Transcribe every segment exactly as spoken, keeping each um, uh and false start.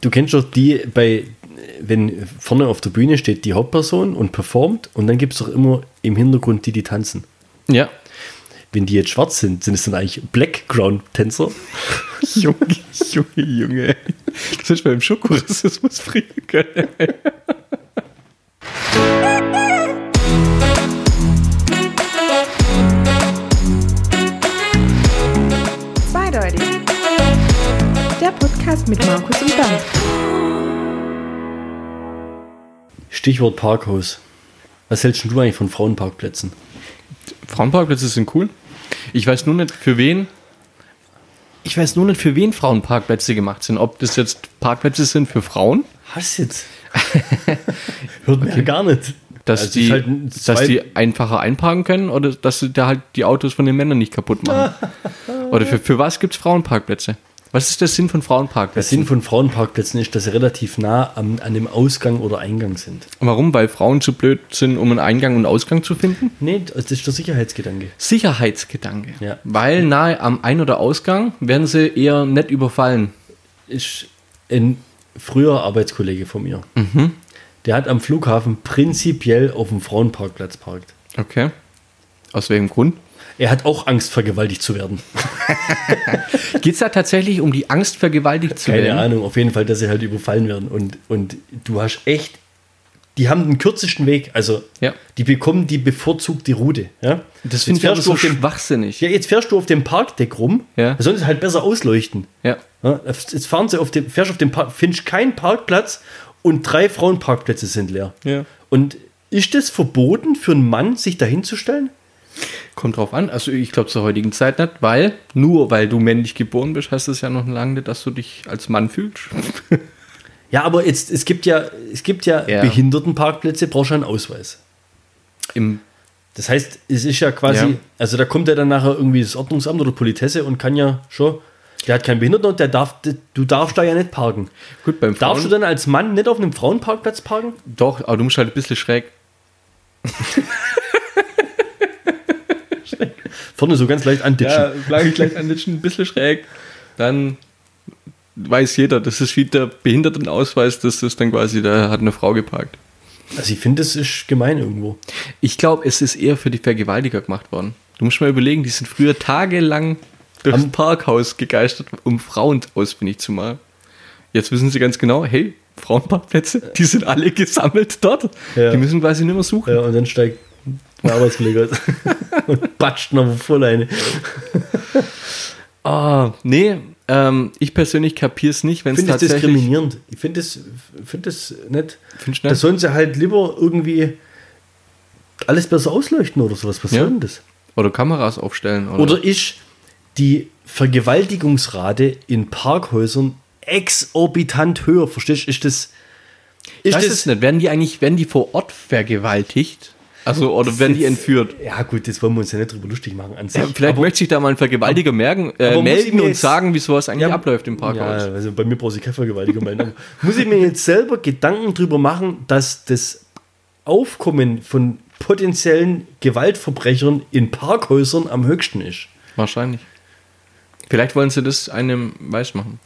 du kennst doch die bei, wenn vorne auf der Bühne steht die Hauptperson und performt und dann gibt es doch immer im Hintergrund die, die tanzen. Ja. Wenn die jetzt schwarz sind, sind es dann eigentlich Background-Tänzer? Junge, Junge, Junge. Das hätte ich beim Schokorassismus bringen können. Zweideutig. Der Podcast mit Markus und Bernd. Stichwort Parkhaus. Was hältst du eigentlich von Frauenparkplätzen? Frauenparkplätze sind cool. Ich weiß nur nicht, für wen. Ich weiß nur nicht, für wen Frauenparkplätze gemacht sind. Ob das jetzt Parkplätze sind für Frauen. Was jetzt? Hört mir okay. gar nicht. Dass, also die, halt ein, dass die einfacher einparken können oder dass sie da halt die Autos von den Männern nicht kaputt machen. Oder für, für was gibt es Frauenparkplätze? Was ist der Sinn von Frauenparkplätzen? Der Sinn von Frauenparkplätzen ist, dass sie relativ nah am, an dem Ausgang oder Eingang sind. Und warum? Weil Frauen zu blöd sind, um einen Eingang und Ausgang zu finden? Nee, das ist der Sicherheitsgedanke. Sicherheitsgedanke. Ja. Weil nahe am Ein- oder Ausgang werden sie eher nicht überfallen. Ist ein früher Arbeitskollege von mir. Mhm. Der hat am Flughafen prinzipiell auf dem Frauenparkplatz parkt. Okay. Aus welchem Grund? Er hat auch Angst, vergewaltigt zu werden. Geht es da tatsächlich um die Angst, vergewaltigt zu Keine werden? Keine Ahnung, auf jeden Fall, dass sie halt überfallen werden. Und, und du hast echt, die haben den kürzesten Weg. Also, ja. die bekommen die bevorzugte Route. Ja? Das finde ich aber so schwachsinnig. Ja, jetzt fährst du auf dem Parkdeck rum, ja. sollen sie halt besser ausleuchten. Ja. Ja, jetzt fahren sie auf dem, fährst auf dem Park, findest keinen Parkplatz und drei Frauenparkplätze sind leer. Ja. Und ist das verboten für einen Mann, sich da hinzustellen? Kommt drauf an. Also ich glaube zur heutigen Zeit nicht, weil nur weil du männlich geboren bist, heißt es ja noch lange nicht, dass du dich als Mann fühlst. Ja, aber jetzt, es gibt ja, es gibt ja, ja. Behindertenparkplätze, brauchst du einen Ausweis. Im das heißt, es ist ja quasi, ja. also da kommt ja dann nachher irgendwie das Ordnungsamt oder Politesse und kann ja schon, der hat keinen Behinderten und der darf, du darfst da ja nicht parken. Gut, beim Frauen, darfst du dann als Mann nicht auf einem Frauenparkplatz parken? Doch, aber du musst halt ein bisschen schräg. Vorne so ganz leicht anditschen. Ja, leicht, leicht anditschen, ein bisschen schräg. Dann weiß jeder, das ist wie der Behindertenausweis, das ist dann quasi, da hat eine Frau geparkt. Also ich finde, das ist gemein irgendwo. Ich glaube, es ist eher für die Vergewaltiger gemacht worden. Du musst mal überlegen, die sind früher tagelang durchs Am Parkhaus gegeistert, um Frauen ausfindig zu machen. Jetzt wissen sie ganz genau, hey, Frauenparkplätze, die sind alle gesammelt dort. Ja. Die müssen quasi nicht mehr suchen. Ja, und dann steigt ein Arbeitskollege und patscht noch voll eine. Ah, nee, ähm, ich persönlich kapiere es nicht, wenn es tatsächlich... Ich finde das diskriminierend. Ich finde das, find das nicht. Findest da sollen sie halt lieber irgendwie alles besser ausleuchten oder sowas. Was ja. soll denn das? Oder Kameras aufstellen. Oder, oder ist die Vergewaltigungsrate in Parkhäusern exorbitant höher? Verstehst du? Ist das... Ich weiß es nicht. Werden die eigentlich, werden die vor Ort vergewaltigt? Also, oder werden die entführt? Ja gut, jetzt wollen wir uns ja nicht drüber lustig machen an sich. Ja, vielleicht aber, möchte sich da mal ein Vergewaltiger aber, merken, äh, aber melden und jetzt, sagen, wie sowas eigentlich ja, abläuft im Parkhaus. Ja, also bei mir brauche ich keine Vergewaltiger melden. Muss ich mir jetzt selber Gedanken drüber machen, dass das Aufkommen von potenziellen Gewaltverbrechern in Parkhäusern am höchsten ist? Wahrscheinlich. Vielleicht wollen sie das einem weismachen.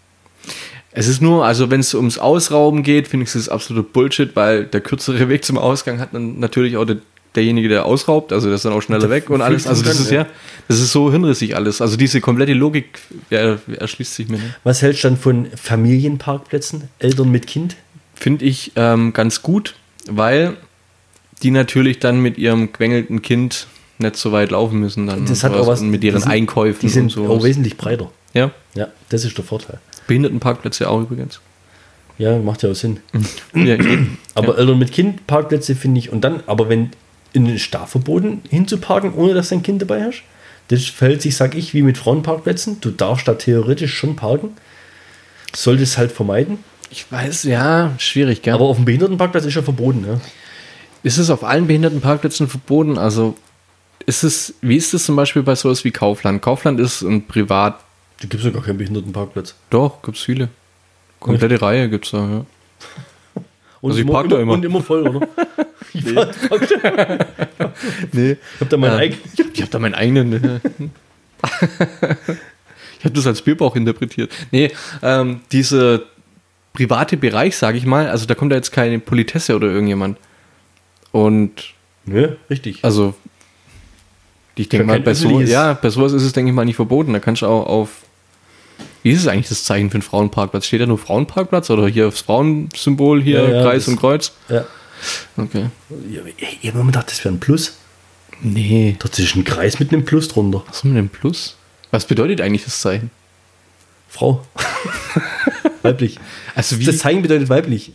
Es ist nur, also wenn es ums Ausrauben geht, finde ich es absolut Bullshit, weil der kürzere Weg zum Ausgang hat dann natürlich auch der, derjenige, der ausraubt, also der ist dann auch schneller weg und alles. Also das ist ja, das ist so hinrissig alles. Also diese komplette Logik ja, erschließt sich mir nicht. Was hältst du dann von Familienparkplätzen, Eltern mit Kind? Finde ich ähm, ganz gut, weil die natürlich dann mit ihrem quengelnden Kind nicht so weit laufen müssen dann. Das hat auch was mit ihren die sind, Einkäufen die sind und so. Auch wesentlich breiter. Ja? Ja, das ist der Vorteil. Behindertenparkplätze auch übrigens. Ja, macht ja auch Sinn. Ja, aber ja. Eltern mit Kind Parkplätze finde ich, und dann, aber wenn in den Stau verboten hinzuparken, ohne dass dein Kind dabei hast, das verhält sich, sag ich, wie mit Frauenparkplätzen. Du darfst da theoretisch schon parken. Solltest halt vermeiden. Ich weiß, ja, schwierig, gell? Aber auf dem Behindertenparkplatz ist ja verboten, ja. Ist es auf allen Behindertenparkplätzen verboten? Also, ist es, wie ist es zum Beispiel bei sowas wie Kaufland? Kaufland ist ein Privat. Da gibt es ja gar keinen Behindertenparkplatz. Doch, gibt es viele. Komplette ja. Reihe gibt es da, ja. Und also ich parke da immer. Und immer voll, oder? Ich nee. Park, park nee. Ich hab da meinen äh, eigenen. Ich hab da meinen eigenen. Ich habe das als Bierbauch interpretiert. Nee, ähm, diese private Bereich, sage ich mal. Also da kommt da jetzt keine Politesse oder irgendjemand. Und Nö, richtig. also ich denke Ja, mal, kein bei, so, öffentliches- ja, bei sowas ist es, denke ich mal, nicht verboten. Da kannst du auch auf. Wie ist es eigentlich das Zeichen für einen Frauenparkplatz? Steht da nur Frauenparkplatz oder hier aufs Frauensymbol, hier Ja, ja, Kreis das- und Kreuz? Ja. Okay. Ja, ich ich habe immer gedacht, das wäre ein Plus. Nee. Dort ist ein Kreis mit einem Plus drunter. Was ist denn ein Plus? Was bedeutet eigentlich das Zeichen? Frau. Weiblich. Also wie? Das Zeichen bedeutet weiblich.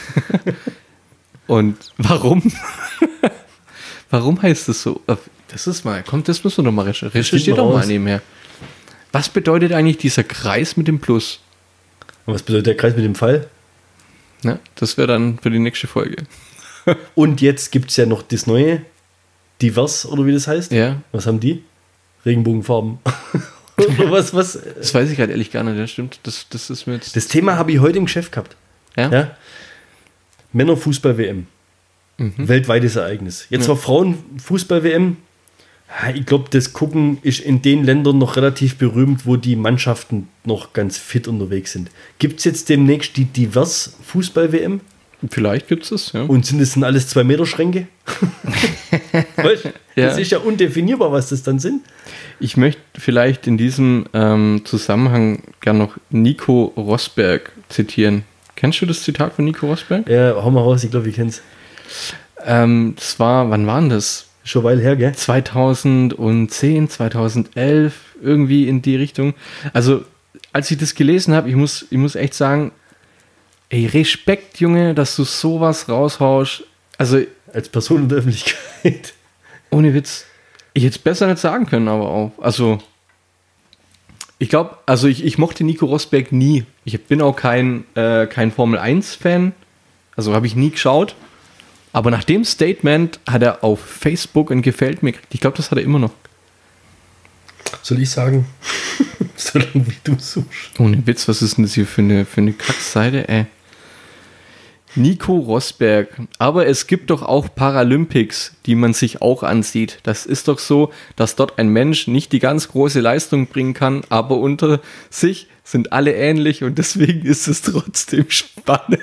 Und warum? Warum heißt das so? Das ist mal, kommt, das müssen wir doch mal recherchieren. Recherchiert wir doch mal raus. nebenher. Was bedeutet eigentlich dieser Kreis mit dem Plus? Und was bedeutet der Kreis mit dem Pfeil? Ja, das wäre dann für die nächste Folge. Und jetzt gibt es ja noch das neue, Divers, oder wie das heißt. Ja, Was haben die? Regenbogenfarben. Oder was, was? das weiß ich gerade ehrlich gar nicht. Ja, stimmt. Das, das ist mir jetzt. Das Thema habe ich heute im Geschäft gehabt. ja? Ja? Männerfußball-W M. Weltweites Ereignis. Jetzt Ja. war Frauenfußball-W M. Ja, ich glaube, das Gucken ist in den Ländern noch relativ berühmt, wo die Mannschaften noch ganz fit unterwegs sind. Gibt es jetzt demnächst die Divers-Fußball-W M? Vielleicht gibt es es, ja. Und sind es dann alles zwei Meter Schränke? Weißt, Ja. Das ist ja undefinierbar, was das dann sind. Ich möchte vielleicht in diesem ähm, Zusammenhang gern noch Nico Rosberg zitieren. Kennst du das Zitat von Nico Rosberg? Ja, hau mal raus, ich glaube, ich kenn's. Ähm, das war, wann waren das? Schon eine Weile her, gell? zweitausendzehn, zweitausendelf, irgendwie in die Richtung. Also, als ich das gelesen habe, ich muss, ich muss echt sagen, ey, Respekt, Junge, dass du sowas raushaust. Also, Als Person in der Öffentlichkeit. ohne Witz, ich hätte es besser nicht sagen können, aber auch. Also, ich glaube, also ich, ich mochte Nico Rosberg nie. Ich bin auch kein, äh, kein Formel eins Fan. Also habe ich nie geschaut. Aber nach dem Statement hat er auf Facebook ein Gefällt mir gekriegt. Ich glaube, das hat er immer noch. Soll ich sagen? Solange wie du suchst. Ohne Witz, was ist denn das hier für eine, für eine Kackseite, ey? Nico Rosberg. Aber es gibt doch auch Paralympics, die man sich auch ansieht. Das ist doch so, dass dort ein Mensch nicht die ganz große Leistung bringen kann, aber unter sich sind alle ähnlich und deswegen ist es trotzdem spannend.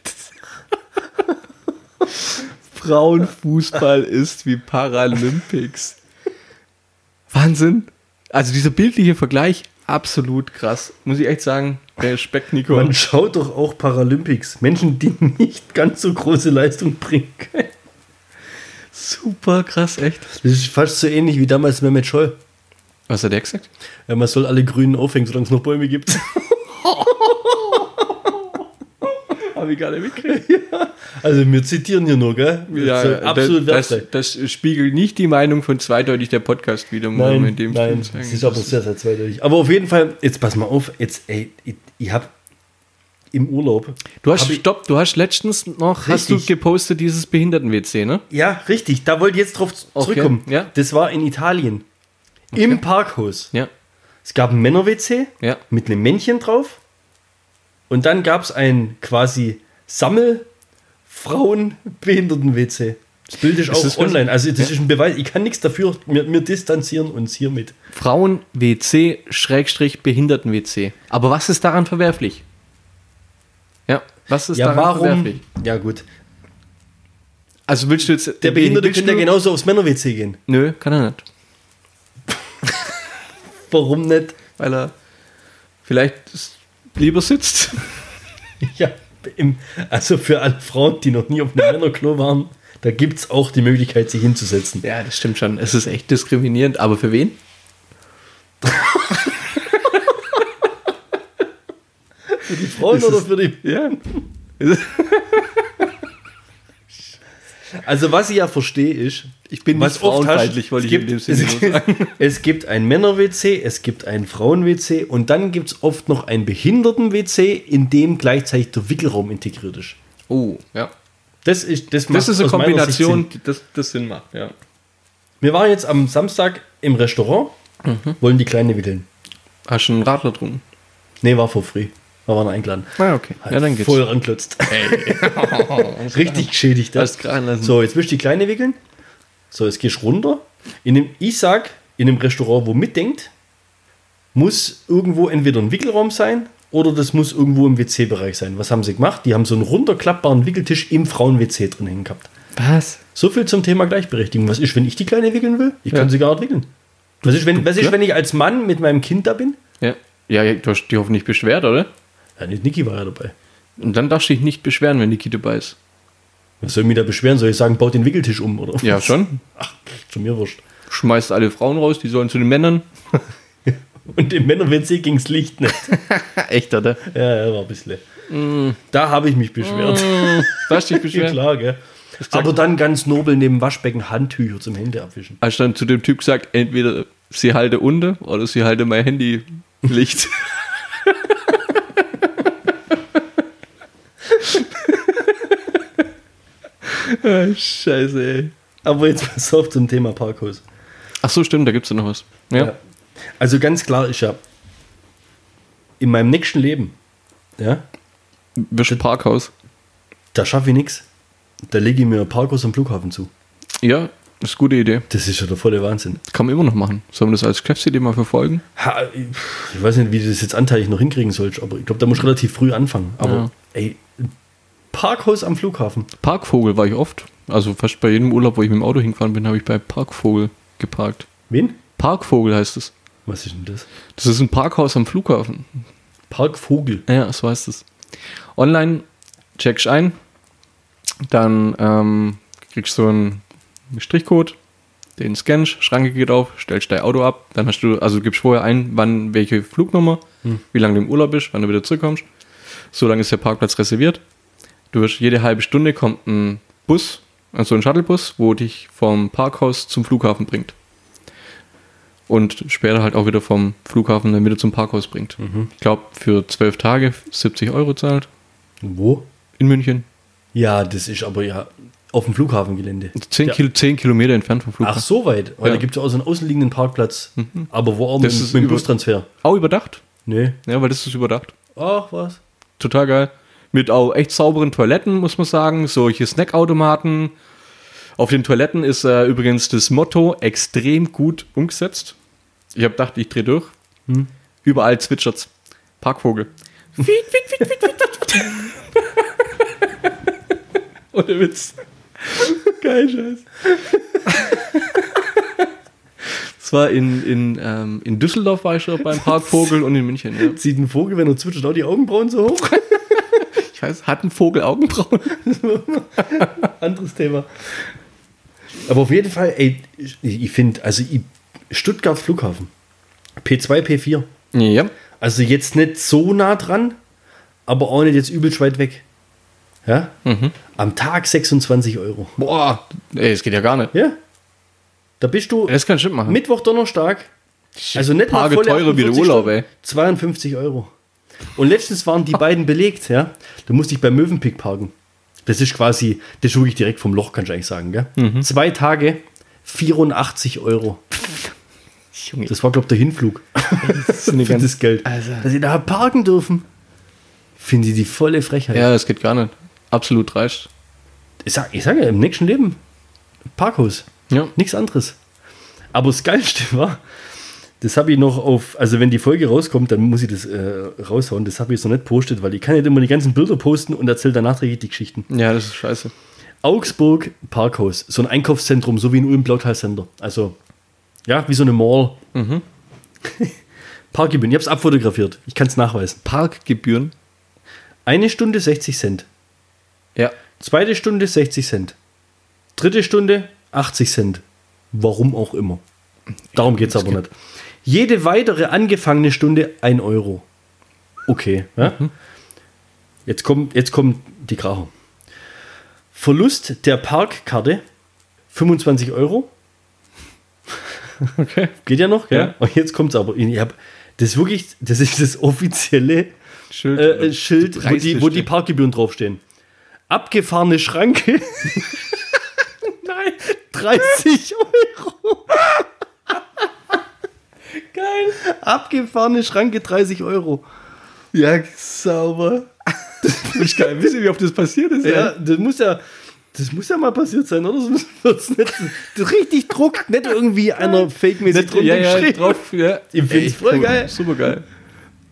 Frauenfußball ist wie Paralympics. Wahnsinn. Also dieser bildliche Vergleich, absolut krass. Muss ich echt sagen, Respekt, Nico. Man schaut doch auch Paralympics. Menschen, die nicht ganz so große Leistung bringen können. Super krass, echt. Das ist fast so ähnlich wie damals Mehmet Scholl. Was hat der gesagt? Ja, man soll alle Grünen aufhängen, solange es noch Bäume gibt. Habe ich gar nicht mitgekriegt. Also wir zitieren hier nur, gell? Ja, soll absolut das, wertfrei. das, das spiegelt nicht die Meinung von zweideutig der Podcast wieder. muss man Nein, in dem nein, Stil das sagen. ist aber sehr, sehr zweideutig. Aber auf jeden Fall, jetzt pass mal auf, jetzt, ey, ich, ich habe im Urlaub... Du hast, hab ich, stopp, du hast letztens noch, hast du Richtig. gepostet, dieses Behinderten-W C, ne? Ja, richtig, da wollte ich jetzt drauf Okay, zurückkommen. ja. Das war in Italien. Im Parkhaus. Ja, Es gab ein Männer-W C ja. mit einem Männchen drauf. Und dann gab es ein quasi Sammel-Frauen-Behinderten-W C. Das Bild ist Ist auch das online. Also das Ja. ist ein Beweis. Ich kann nichts dafür. Wir, wir distanzieren uns hiermit. Frauen-W C Schrägstrich Behinderten-W C. Aber was ist daran verwerflich? Ja, was ist Ja, daran warum? verwerflich? Ja, gut. Also willst du jetzt... Der Behinderte willst könnte ja du- genauso aufs Männer-W C gehen. Nö, kann er nicht. Warum nicht? Weil er vielleicht lieber sitzt. Ja, im, also für alle Frauen, die noch nie auf einem Männerklo waren, da gibt es auch die Möglichkeit, sich hinzusetzen. Ja, das stimmt schon. Es ist echt diskriminierend. Aber für wen? Für die Frauen Ist oder es- für die... Ja. Also was ich ja verstehe ist, Ich bin was nicht oft frauenfeindlich, hast, wollte es ich in gibt, dem Sinne es, nur sagen. es gibt ein Männer-W C, es gibt ein Frauen-W C und dann gibt es oft noch ein Behinderten-W C, in dem gleichzeitig der Wickelraum integriert ist. Oh, ja. Das ist, das macht Das ist eine aus meiner Sicht Kombination, Sinn. die das, das Sinn macht, ja. Wir waren jetzt am Samstag im Restaurant, Mhm. wollen die Kleine wickeln. Hast du einen Radler drum? Nee, war for free. Wir waren eingeladen. Ah, okay. Ja, dann geht's. Voll ranklotzt. Richtig geschädigt. Ja. Hast krachen lassen. So, jetzt willst du die Kleine wickeln. So, jetzt gehst du runter. In dem, ich sag, in einem Restaurant, wo mitdenkt, muss irgendwo entweder ein Wickelraum sein oder das muss irgendwo im W C-Bereich sein. Was haben sie gemacht? Die haben so einen runterklappbaren Wickeltisch im Frauen-W C drin hängen gehabt. Was? So viel zum Thema Gleichberechtigung. Was ist, wenn ich die Kleine wickeln will? Ich Ja. kann sie gar nicht wickeln. Was ist, wenn, was ist, Ja. wenn ich als Mann mit meinem Kind da bin? Ja. Ja, ja, du hast dich hoffentlich beschwert, oder? Ja, nicht Niki war ja dabei. Und dann darfst du dich nicht beschweren, wenn Niki dabei ist. Was soll ich mich da beschweren? Soll ich sagen, baut den Wickeltisch um, oder? Ja, schon. Ach, zu mir wurscht. Schmeißt alle Frauen raus, die sollen zu den Männern. Und im Männer-W C ging es Licht nicht. Echt, oder? Ja, ja, war ein bisschen. Da habe ich mich beschwert. Du hast dich Ja, beschwert. klar, gell? Aber dann ganz nobel neben Waschbecken Handtücher zum Hände abwischen. Hast du dann zu dem Typ gesagt, entweder sie halte unter oder sie halte mein Handy Licht. Ah, Scheiße, ey. Aber jetzt pass auf zum Thema Parkhaus. Ach so, stimmt, da gibt es ja noch was. Ja. Ja. Also ganz klar ist ja, in meinem nächsten Leben, ja, Wirst du Parkhaus? da schaffe ich nichts. Da lege ich mir ein Parkhaus am Flughafen zu. Ja, das ist eine gute Idee. Das ist ja der volle Wahnsinn. Kann man immer noch machen. Sollen wir das als Geschäftsidee mal verfolgen? Ha, ich weiß nicht, wie du das jetzt anteilig noch hinkriegen sollst, aber ich glaube, da musst du relativ früh anfangen. Aber Ja. ey, Parkhaus am Flughafen. Parkvogel war ich oft. Also fast bei jedem Urlaub, wo ich mit dem Auto hingefahren bin, habe ich bei Parkvogel geparkt. Wen? Parkvogel heißt es. Was ist denn das? Das ist ein Parkhaus am Flughafen. Parkvogel. Ja, so heißt es. Online checkst ein, dann ähm, kriegst du einen Strichcode, den scannst, Schranke geht auf, stellst dein Auto ab, dann hast du, also du gibst vorher ein, wann welche Flugnummer, Hm. wie lange du im Urlaub bist, wann du wieder zurückkommst. So lange ist der Parkplatz reserviert. Du wirst jede halbe Stunde kommt ein Bus, also ein Shuttlebus, wo dich vom Parkhaus zum Flughafen bringt. Und später halt auch wieder vom Flughafen dann wieder zum Parkhaus bringt. Ich glaube, für zwölf Tage siebzig Euro zahlt Wo? in München. Ja, das ist aber ja auf dem Flughafengelände. zehn, Ja. Kil- zehn Kilometer entfernt vom Flughafen. Ach, so weit. Weil Ja. da gibt es ja auch so einen außenliegenden Parkplatz. Aber wo auch mit, Das ist mit dem über- Bustransfer. Auch überdacht? Nee. Ja, weil das ist überdacht. Ach, was? Total geil. Mit auch echt sauberen Toiletten, muss man sagen. Solche Snackautomaten. Auf den Toiletten ist äh, übrigens das Motto extrem gut umgesetzt. Ich habe gedacht, ich drehe durch. Hm. Überall zwitschert's. Parkvogel. Fiet, fiet, fiet, fiet, fiet, fiet. Ohne Witz. Geil, Scheiß. Das war in, in, ähm, in Düsseldorf war ich schon beim Parkvogel und in München. Ja. Sieht ein Vogel, wenn er zwitschert, auch die Augenbrauen so hoch? Ich weiß, hat ein Vogel Augenbrauen? Anderes Thema. Aber auf jeden Fall, ey, ich, ich finde, also ich, Stuttgart Flughafen, P zwei, P vier, Ja. also jetzt nicht so nah dran, aber auch nicht jetzt übelst weit weg. Ja? Mhm. Am Tag sechsundzwanzig Euro. Boah, ey, das geht ja gar nicht. Ja? Da bist du Das kann schon machen. Mittwoch, Donnerstag, also nicht mal Tage volle teurer wie der achtundvierzig Urlaub, Stunden, ey. zweiundfünfzig Euro. Und letztens waren die beiden belegt, ja. Da musste ich bei Mövenpick parken. Das ist quasi, das ist wirklich direkt vom Loch, kannst du eigentlich sagen, gell? Mhm. Zwei Tage, vierundachtzig Euro. Junge, Das war, glaube ich, der Hinflug. das ist eine Für ganz, das Geld. Also. Dass sie da parken dürfen. Finden sie die volle Frechheit. ja, das geht gar nicht. Absolut dreist. Ich sage ich sag ja, im nächsten Leben Parkhaus. Ja. Nichts anderes. Aber das Geilste war, das habe ich noch auf, also wenn die Folge rauskommt, dann muss ich das äh, raushauen. Das habe ich jetzt noch nicht postet, weil ich kann nicht immer die ganzen Bilder posten und erzähle danach die Geschichten. Ja, das ist scheiße. Augsburg Parkhaus, so ein Einkaufszentrum, so wie in Ulm Blautal Center. Also, ja, wie so eine Mall. Mhm. Parkgebühren, ich habe es abfotografiert. Ich kann es nachweisen. Parkgebühren? Eine Stunde sechzig Cent. Ja. Zweite Stunde sechzig Cent. Dritte Stunde achtzig Cent. Warum auch immer. Darum geht es aber nicht. Jede weitere angefangene Stunde ein Euro. Okay. Ja? Jetzt, kommt, jetzt kommt die Kracher. Verlust der Parkkarte fünfundzwanzig Euro. Okay. Geht ja noch, gell? Ja. Und jetzt kommt es aber. Ich hab, das ist wirklich, das ist das offizielle Schild. äh, Schild, wo die, wo die Preisliste. Parkgebühren draufstehen. Abgefahrene Schranke. Nein. dreißig Euro. Geil. Abgefahrene Schranke, dreißig Euro. Ja, sauber. Das ist geil. Wisst ihr, wie oft das passiert ist? Ja, das muss ja, das muss ja mal passiert sein, oder? Das wird's nicht, das richtig druckt, nicht irgendwie einer fake-mäßig Nicht, ja, ja, geschrieben. drauf. Ja. Ich find's Ey, voll cool. geil. Super geil.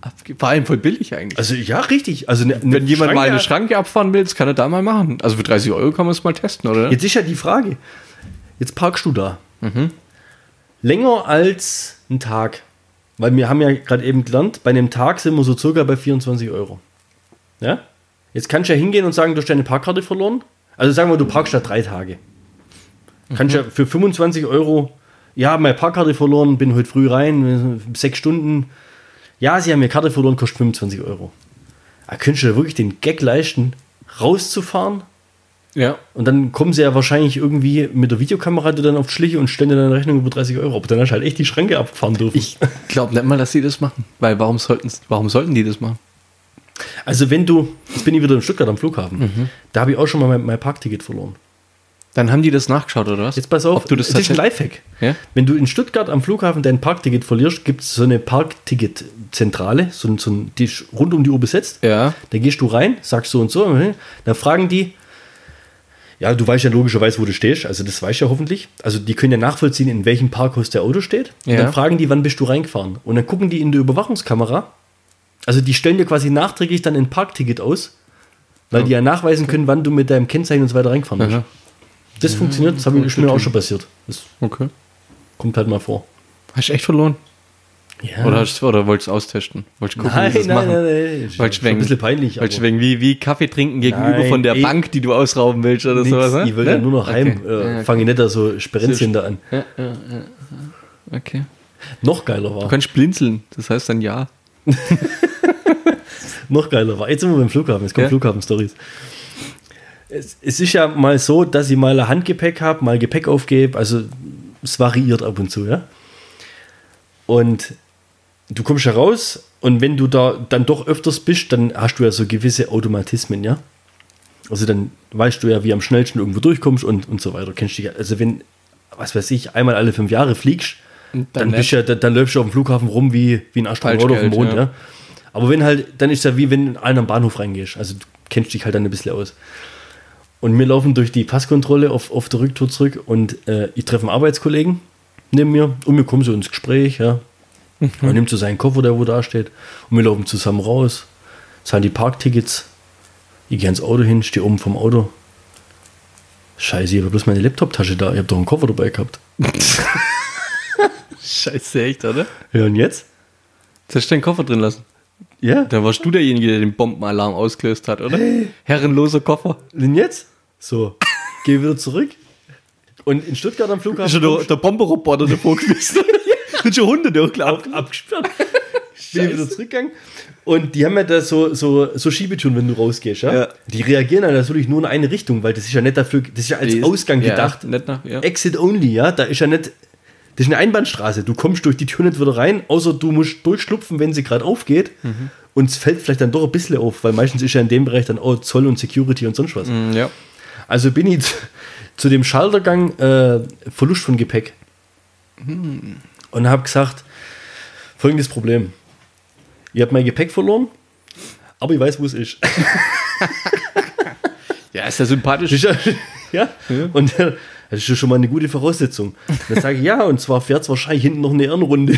Abge- Vor allem voll billig eigentlich. Also ja, richtig. Also eine, Wenn jemand Schranke, mal eine Schranke abfahren will, das kann er da mal machen. Also für dreißig Euro kann man es mal testen, oder? Jetzt ist ja die Frage, jetzt parkst du da. Mhm. Länger als ein Tag. Weil wir haben ja gerade eben gelernt, bei einem Tag sind wir so circa bei vierundzwanzig Euro. Ja? Jetzt kannst du ja hingehen und sagen, du hast deine Parkkarte verloren. Also sagen wir, du parkst da drei Tage. Mhm. Kannst ja für fünfundzwanzig Euro, ja, meine Parkkarte verloren, bin heute früh rein, sechs Stunden. Ja, sie haben mir Karte verloren, kostet fünfundzwanzig Euro. Da könntest du ja wirklich den Gag leisten, rauszufahren. Ja. Und dann kommen sie ja wahrscheinlich irgendwie mit der Videokamera dann auf die Schliche und stellen dir dann eine Rechnung über dreißig Euro. Aber dann hast du halt echt die Schranke abgefahren dürfen. Ich glaube nicht mal, dass sie das machen. Weil warum sollten, warum sollten die das machen? Also wenn du, jetzt bin ich wieder in Stuttgart am Flughafen, mhm. da habe ich auch schon mal mein, mein Parkticket verloren. Dann haben die das nachgeschaut, oder was? Jetzt pass auf, Ob du das, das ist ein Lifehack. Ja? Wenn du in Stuttgart am Flughafen dein Parkticket verlierst, gibt es so eine Parkticketzentrale, so, so ein, die ist rund um die Uhr besetzt. Ja. Da gehst du rein, sagst so und so, dann fragen die, ja, du weißt ja logischerweise, wo du stehst, also das weißt du ja hoffentlich. Also die können ja nachvollziehen, in welchem Parkhaus der Auto steht. Und Ja. dann fragen die, wann bist du reingefahren? Und dann gucken die in der Überwachungskamera, also die stellen dir quasi nachträglich dann ein Parkticket aus, weil Ja. die ja nachweisen können, wann du mit deinem Kennzeichen und so weiter reingefahren bist. Aha. Das funktioniert, das habe ich mir auch schon passiert. Das Okay. kommt halt mal vor. Hast du echt verloren? Ja. Oder, hast, oder wolltest du austesten? Wolltest du gucken, nein, wie sie nein, das nein, machen? nein, nein. Wolltest Schon ein wegen- bisschen peinlich. Wolltest du aber wegen wie, wie Kaffee trinken gegenüber Nein, von der eh- Bank, die du ausrauben willst oder nix, sowas? Ne? ich will ja nur noch Okay. heim, äh, Ja, fange nicht da so Sperenzchen da an. Ja, ja, ja. Okay. Noch geiler war. Du kannst blinzeln, das heißt dann ja. Noch geiler war. Jetzt sind wir beim Flughafen, jetzt kommen Ja. Flughafen-Stories. Es, es ist ja mal so, dass ich mal ein Handgepäck habe, mal Gepäck aufgebe, also es variiert ab und zu, ja. Und du kommst ja raus und wenn du da dann doch öfters bist, dann hast du ja so gewisse Automatismen, ja. Also dann weißt du ja, wie am schnellsten irgendwo durchkommst und, und so weiter. Kennst dich ja, also wenn, was weiß ich, einmal alle fünf Jahre fliegst, Dann dann, bist ja, dann, dann läufst du auf dem Flughafen rum wie, wie ein Astronaut auf dem Falschgeld, Mond, ja. ja. Aber wenn halt, dann ist es ja wie wenn du einem am Bahnhof reingehst. Also du kennst dich halt dann ein bisschen aus. Und wir laufen durch die Passkontrolle auf, auf der Rücktour zurück und äh, ich treffe einen Arbeitskollegen neben mir und wir kommen so ins Gespräch, ja. Mhm. Er nimmt so seinen Koffer, der wo da steht, und wir laufen zusammen raus, zahlen die Parktickets, ich gehe ans Auto hin, stehe oben vom Auto. Scheiße, ich habe bloß meine Laptoptasche da, ich habe doch einen Koffer dabei gehabt. Scheiße, echt, oder? Ja, und jetzt? Jetzt hast du deinen Koffer drin lassen. Ja. Dann warst du derjenige, der den Bombenalarm ausgelöst hat, oder? Herrenloser Koffer. Und jetzt? So, gehe wieder zurück. Und in Stuttgart am Flughafen Ist schon der, der Bomberroboter davor gewesen. Sind schon Hunde durchgelaufen. ab, abgesperrt. Bin ich wieder zurückgegangen. Und die haben ja da so, so, so Schiebetüren, wenn du rausgehst. Ja? Ja. Die reagieren dann natürlich nur in eine Richtung, weil das ist ja nicht dafür, das ist ja als Die ist- Ausgang ja, gedacht. nicht nach- ja. Exit only, ja. Da ist ja nicht, das ist eine Einbahnstraße. Du kommst durch die Tür nicht wieder rein, außer du musst durchschlupfen, wenn sie gerade aufgeht. Mhm. Und es fällt vielleicht dann doch ein bisschen auf, weil meistens ist ja in dem Bereich dann auch Zoll und Security und sonst was. Mm, Ja. Also bin ich zu, zu dem Schaltergang äh, Verlust von Gepäck. Und habe gesagt, folgendes Problem. Ich habe mein Gepäck verloren, aber ich weiß, wo es ist. Ja, ist ja sympathisch. Das ist ja, ja. Und äh, das ist ja schon mal eine gute Voraussetzung. Dann sage ich, ja, und zwar fährt es wahrscheinlich hinten noch eine Ehrenrunde.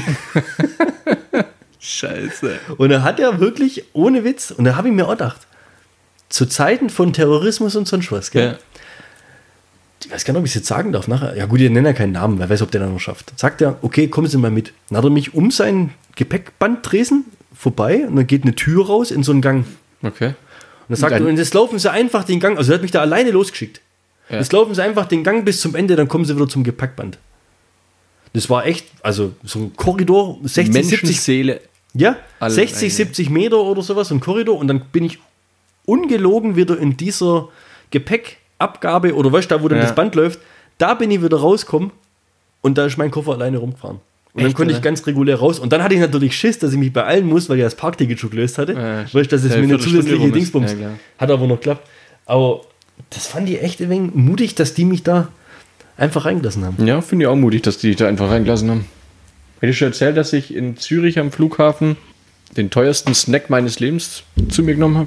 Scheiße. Und er hat ja wirklich, ohne Witz, und da habe ich mir auch gedacht, zu Zeiten von Terrorismus und sonst was, gell? Ja. Ich weiß gar nicht, ob ich es jetzt sagen darf nachher. Ja gut, ich nenne ja keinen Namen, wer weiß, ob der da noch schafft. Sagt er, okay, kommen Sie mal mit. Dann hat er mich um sein Gepäckbandtresen vorbei und dann geht eine Tür raus in so einen Gang. Okay. Und dann sagt dann- er, und jetzt laufen Sie einfach den Gang, also er hat mich da alleine losgeschickt. Ja. Jetzt laufen Sie einfach den Gang bis zum Ende, dann kommen Sie wieder zum Gepäckband. Das war echt, also so ein Korridor, sechzig, siebzig, Menschenseele. ja, Alle sechzig, eine. siebzig Meter oder sowas, so ein Korridor. Und dann bin ich ungelogen wieder in dieser Gepäckabgabe oder weißt du, da wo dann Ja. das Band läuft, da bin ich wieder rausgekommen und da ist mein Koffer alleine rumgefahren. Und dann Echt, konnte ich oder? ganz regulär raus. Und dann hatte ich natürlich Schiss, dass ich mich beeilen muss, weil ich das Parkticket schon gelöst hatte. Ja, weißt du, dass es ja, mir eine Viertelstunde zusätzliche rum ist. Dingsbums. Ja, klar. Hat aber noch geklappt. Aber das fand ich echt ein wenig mutig, dass die mich da einfach reingelassen haben. Ja, finde ich auch mutig, dass die dich da einfach reingelassen haben. Hätte ich schon erzählt, dass ich in Zürich am Flughafen den teuersten Snack meines Lebens zu mir genommen habe?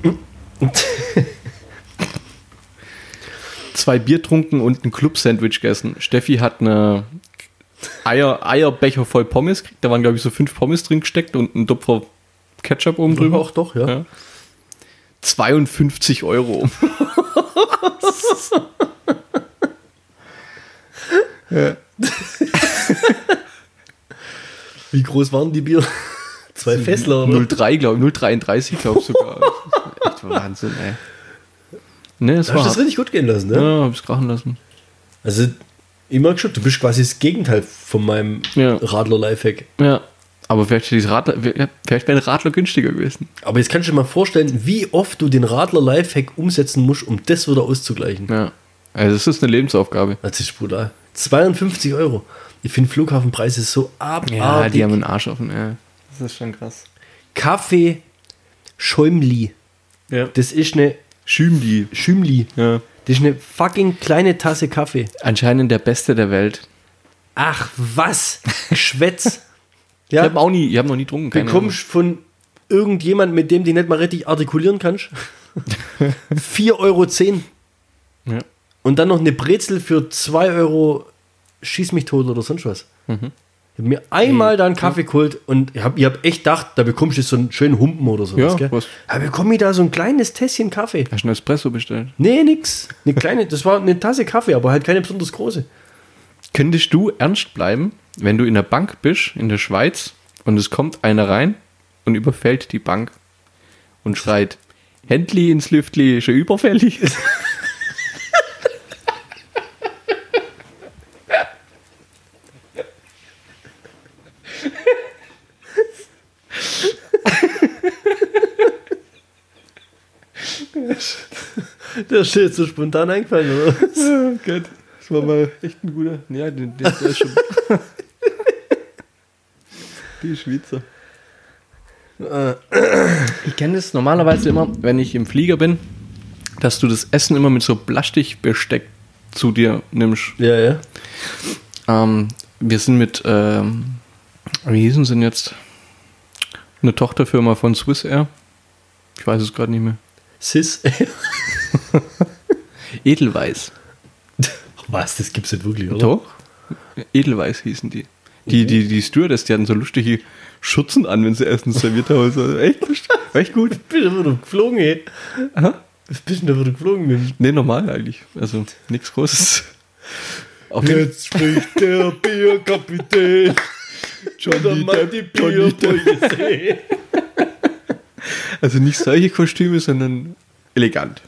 Zwei Bier trunken und ein Club-Sandwich gegessen. Steffi hat eine Eier, Eierbecher voll Pommes gekriegt. Da waren, glaube ich, so fünf Pommes drin gesteckt und ein Topfer Ketchup oben drüber. Auch doch, ja. Ja. zweiundfünfzig Euro. Ja. Wie groß waren die Bier? Zwei Fässler, oder? null Komma drei, glaube ich. null Komma dreiunddreißig, glaube ich sogar. Das ist echt Wahnsinn, ey. Ne, das Hast war du das hart. richtig gut gehen lassen, ne? Ja, hab's krachen lassen. Also, ich merke schon, du bist quasi das Gegenteil von meinem Ja. Radler-Lifehack. Ja. Aber vielleicht, dieses Radler, vielleicht wäre ein Radler günstiger gewesen. Aber jetzt kannst du dir mal vorstellen, wie oft du den Radler-Lifehack umsetzen musst, um das wieder auszugleichen. Ja. Also, das ist eine Lebensaufgabe. Das ist brutal. zweiundfünfzig Euro. Ich finde Flughafenpreise so abartig. Ja, die haben einen Arsch offen, ja. Das ist schon krass. Kaffee Schäumli. Ja. Das ist eine Schümli. Schümli. Ja. Das ist eine fucking kleine Tasse Kaffee. Anscheinend der Beste der Welt. Ach, was? Geschwätz. Ich Ja, habe auch nie, ich habe noch nie getrunken. keine bekommst von irgendjemand, mit dem du nicht mal richtig artikulieren kannst. vier Euro zehn. Ahnung. Ja. Und dann noch eine Brezel für zwei Euro schieß mich tot oder sonst was. Mhm. Ich habe mir einmal da einen Kaffee geholt und ich habe ich hab echt gedacht, da bekommst du so einen schönen Humpen oder sowas. Ja, Gell? was? Da bekomme ich da so ein kleines Tässchen Kaffee. Hast du einen Espresso bestellt? Nee, nix. Eine kleine, das war eine Tasse Kaffee, aber halt keine besonders große. Könntest du ernst bleiben, wenn du in der Bank bist, in der Schweiz, und es kommt einer rein und überfällt die Bank und schreit, Händli ins Lüftli, schon überfällig? Der ist dir jetzt so spontan eingefallen, oder? Oh Gott, das war mal echt ein guter. Ja, der, der, der ist schon. Die Schweizer. Ich kenne das normalerweise immer, wenn ich im Flieger bin, dass du das Essen immer mit so Plastikbesteck zu dir nimmst. Ja, ja. Ähm, wir sind mit, ähm, wie hießen sie denn jetzt? Eine Tochterfirma von Swissair. Ich weiß es gerade nicht mehr. Sis. Edelweiss. Was, das gibt's nicht wirklich, oder? Doch. Edelweiss hießen die. Die, die, die Stewardess, die hatten so lustige Schutzen an, wenn sie Essen serviert haben. Also echt, echt gut. Bist du wieder geflogen, ey? Aha. Was bist du denn da wieder geflogen, Mensch? Nee, normal eigentlich. Also nichts Großes. Auf jeden Jetzt spricht der Bierkapitän. Johnny Depp, die Johnny Depp. Bier Also nicht solche Kostüme, sondern elegant.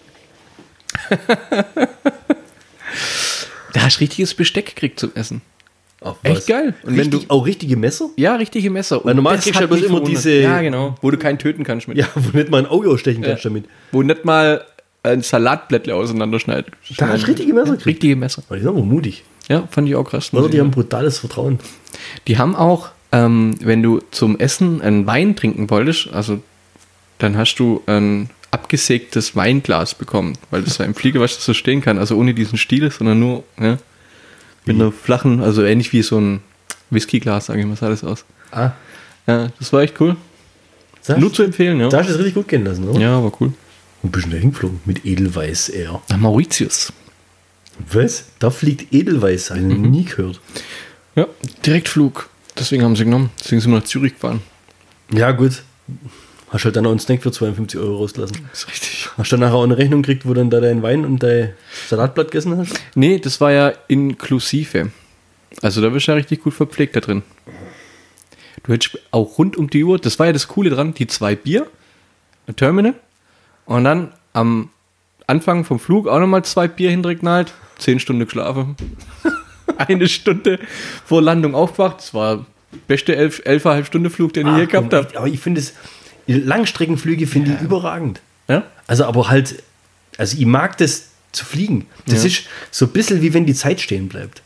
Da hast du richtiges Besteck gekriegt zum Essen. Ach, Echt geil. Und Und wenn Richtig, du auch richtige Messer? ja, richtige Messer. Weil Und normal das kriegst du hat ja bloß mich immer verwundert. diese- Ja, genau. Wo du keinen töten kannst mit. Ja, wo nicht mal ein Auge ausstechen kannst damit. Wo nicht mal ein Salatblättle auseinanderschneiden. Da hast du richtige Messer gekriegt. Richtige Messer. Aber die sind aber mutig. Ja, fand ich auch krass. Oder die haben brutales Vertrauen. Die haben auch, ähm, wenn du zum Essen einen Wein trinken wolltest, also dann hast du ein abgesägtes Weinglas bekommen, weil das ja im Flieger, was das so stehen kann, also ohne diesen Stiel, sondern nur ja, mit einer flachen, also ähnlich wie so ein Whiskyglas, sage ich mal, sah das aus. Ah, Ja, das war echt cool. da Nur hast, zu empfehlen, ja. da hast du es richtig gut gehen lassen, oder? Ja, war cool. Ein bisschen da hingeflogen mit Edelweiß Air. Nach Mauritius. Was? Da fliegt Edelweiß, habe ich noch nie gehört. Ja, Direktflug. Deswegen haben sie genommen. Deswegen sind wir nach Zürich gefahren. Ja, gut. Hast halt dann auch einen Snack für zweiundfünfzig Euro rausgelassen. Das ist richtig. Hast du dann nachher auch eine Rechnung gekriegt, wo dann da dein Wein und dein Salatblatt gegessen hast? Nee, das war ja inklusive. Also da bist du ja richtig gut verpflegt da drin. Du hättest auch rund um die Uhr, das war ja das Coole dran, die zwei Bier, ein Terminal und dann am Anfang vom Flug auch nochmal zwei Bier hingeknallt, zehn Stunden geschlafen. Eine Stunde vor Landung aufgewacht. Das war der beste elf, elfeinhalb Stunde Flug, den ich je gehabt habe. Aber ich finde es, Langstreckenflüge finde ich überragend. Ja? Also aber halt, also ich mag das zu fliegen. Das Ja. ist so ein bisschen wie wenn die Zeit stehen bleibt.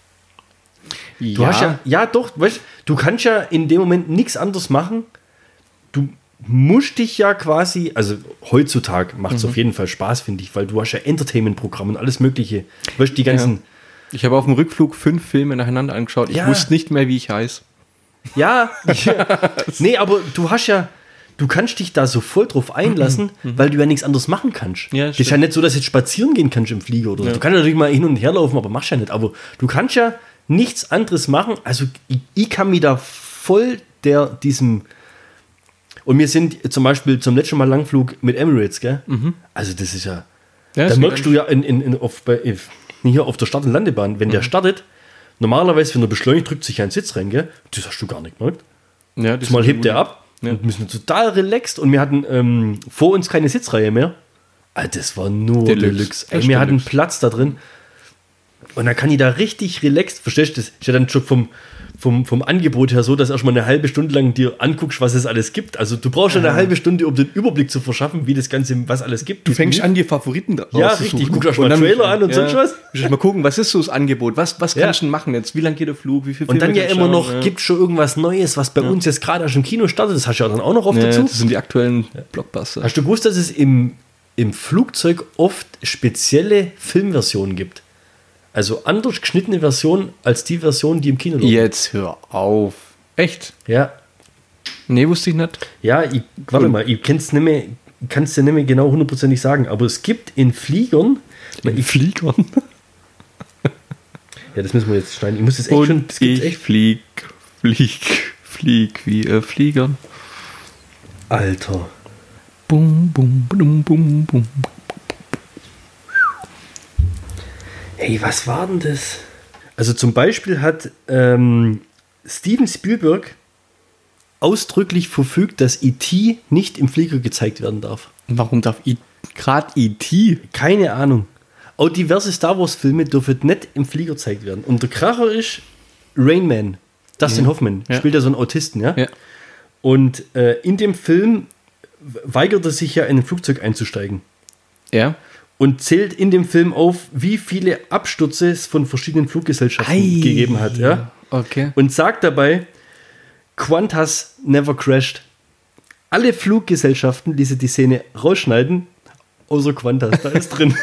Du hast ja, ja doch, weißt, du kannst ja in dem Moment nichts anderes machen. Du musst dich ja quasi, also heutzutage macht es Mhm. auf jeden Fall Spaß, finde ich, weil du hast ja Entertainment-Programme und alles mögliche. Weißt, die ganzen, Ich habe auf dem Rückflug fünf Filme nacheinander angeschaut. Ich Ja. wusste nicht mehr, wie ich heiße. ja, ja. Nee, aber du hast ja, du kannst dich da so voll drauf einlassen, weil du ja nichts anderes machen kannst. Ja, das ist ja stimmt. nicht so, dass du jetzt spazieren gehen kannst im Flieger oder so. Ja. Du kannst natürlich mal hin und her laufen, aber machst ja nicht. Aber du kannst ja nichts anderes machen. Also ich, ich kann mich da voll der, diesem Und wir sind zum Beispiel zum letzten Mal Langflug mit Emirates, gell? Mhm. Also das ist ja, Ja, da das merkst geht du ja in, in, in, auf, bei, hier auf der Start- und Landebahn, wenn der startet, normalerweise, wenn er beschleunigt, drückt sich ein Sitz rein, gell? Das hast du gar nicht gemerkt. Ja, das Mal ist hebt gut. der ab Ja. und wir sind total relaxed und wir hatten ähm, vor uns keine Sitzreihe mehr. Alter, das war nur Deluxe. Deluxe. Ey, Echt wir hatten Deluxe. Platz da drin. Und dann kann ich da richtig relaxed, verstehst du das? Ist ja dann schon vom, vom, vom Angebot her so, dass erstmal eine halbe Stunde lang dir anguckst, was es alles gibt. Also du brauchst schon eine halbe Stunde, um den Überblick zu verschaffen, wie das Ganze, was alles gibt. Du fängst an, die Favoriten Ja, rauszusuchen. richtig. Guck erst mal Und dann- Trailer an und ja, sonst was. musst mal gucken, was ist so das Angebot? Was, was Ja. kannst du denn machen jetzt? Wie lange geht der Flug? Wie viel Und dann Filme ja kannst immer du noch, schauen? gibt schon irgendwas Neues, was bei uns jetzt gerade erst im Kino startet. Das hast du ja dann auch noch oft ja, dazu. das sind die aktuellen Blockbuster. Hast du gewusst, dass es im, im Flugzeug oft spezielle Filmversionen gibt? Also anders geschnittene Versionen als die Version, die im Kino läuft. Jetzt hör auf. Echt? Ja, Nee, wusste ich nicht. ja, ich, warte Und- mal, ich kann's nicht mehr, kann's dir nicht mehr genau hundertprozentig sagen, aber es gibt in Fliegern, In Fliegern. ja, das müssen wir jetzt schneiden, ich muss das echt schon, Und das gibt's ich echt. flieg, flieg, flieg wie ein Flieger. Alter. Bum, bum, bum, bum, bum. Hey, was war denn das? Also zum Beispiel hat ähm, Steven Spielberg ausdrücklich verfügt, dass E T nicht im Flieger gezeigt werden darf. Warum darf I gerade E T? Keine Ahnung. Auch diverse Star Wars Filme dürfen nicht im Flieger gezeigt werden. Und der Kracher ist Rain Man. Dustin Ja. Hoffman Ja. spielt ja so einen Autisten, ja? Ja. Und äh, in dem Film weigert er sich ja, in ein Flugzeug einzusteigen. Ja. Und zählt in dem Film auf, wie viele Abstürze es von verschiedenen Fluggesellschaften Ei. gegeben hat. Ja? Okay. Und sagt dabei, Qantas never crashed. Alle Fluggesellschaften, die sie die Szene rausschneiden, außer Qantas, da ist drin.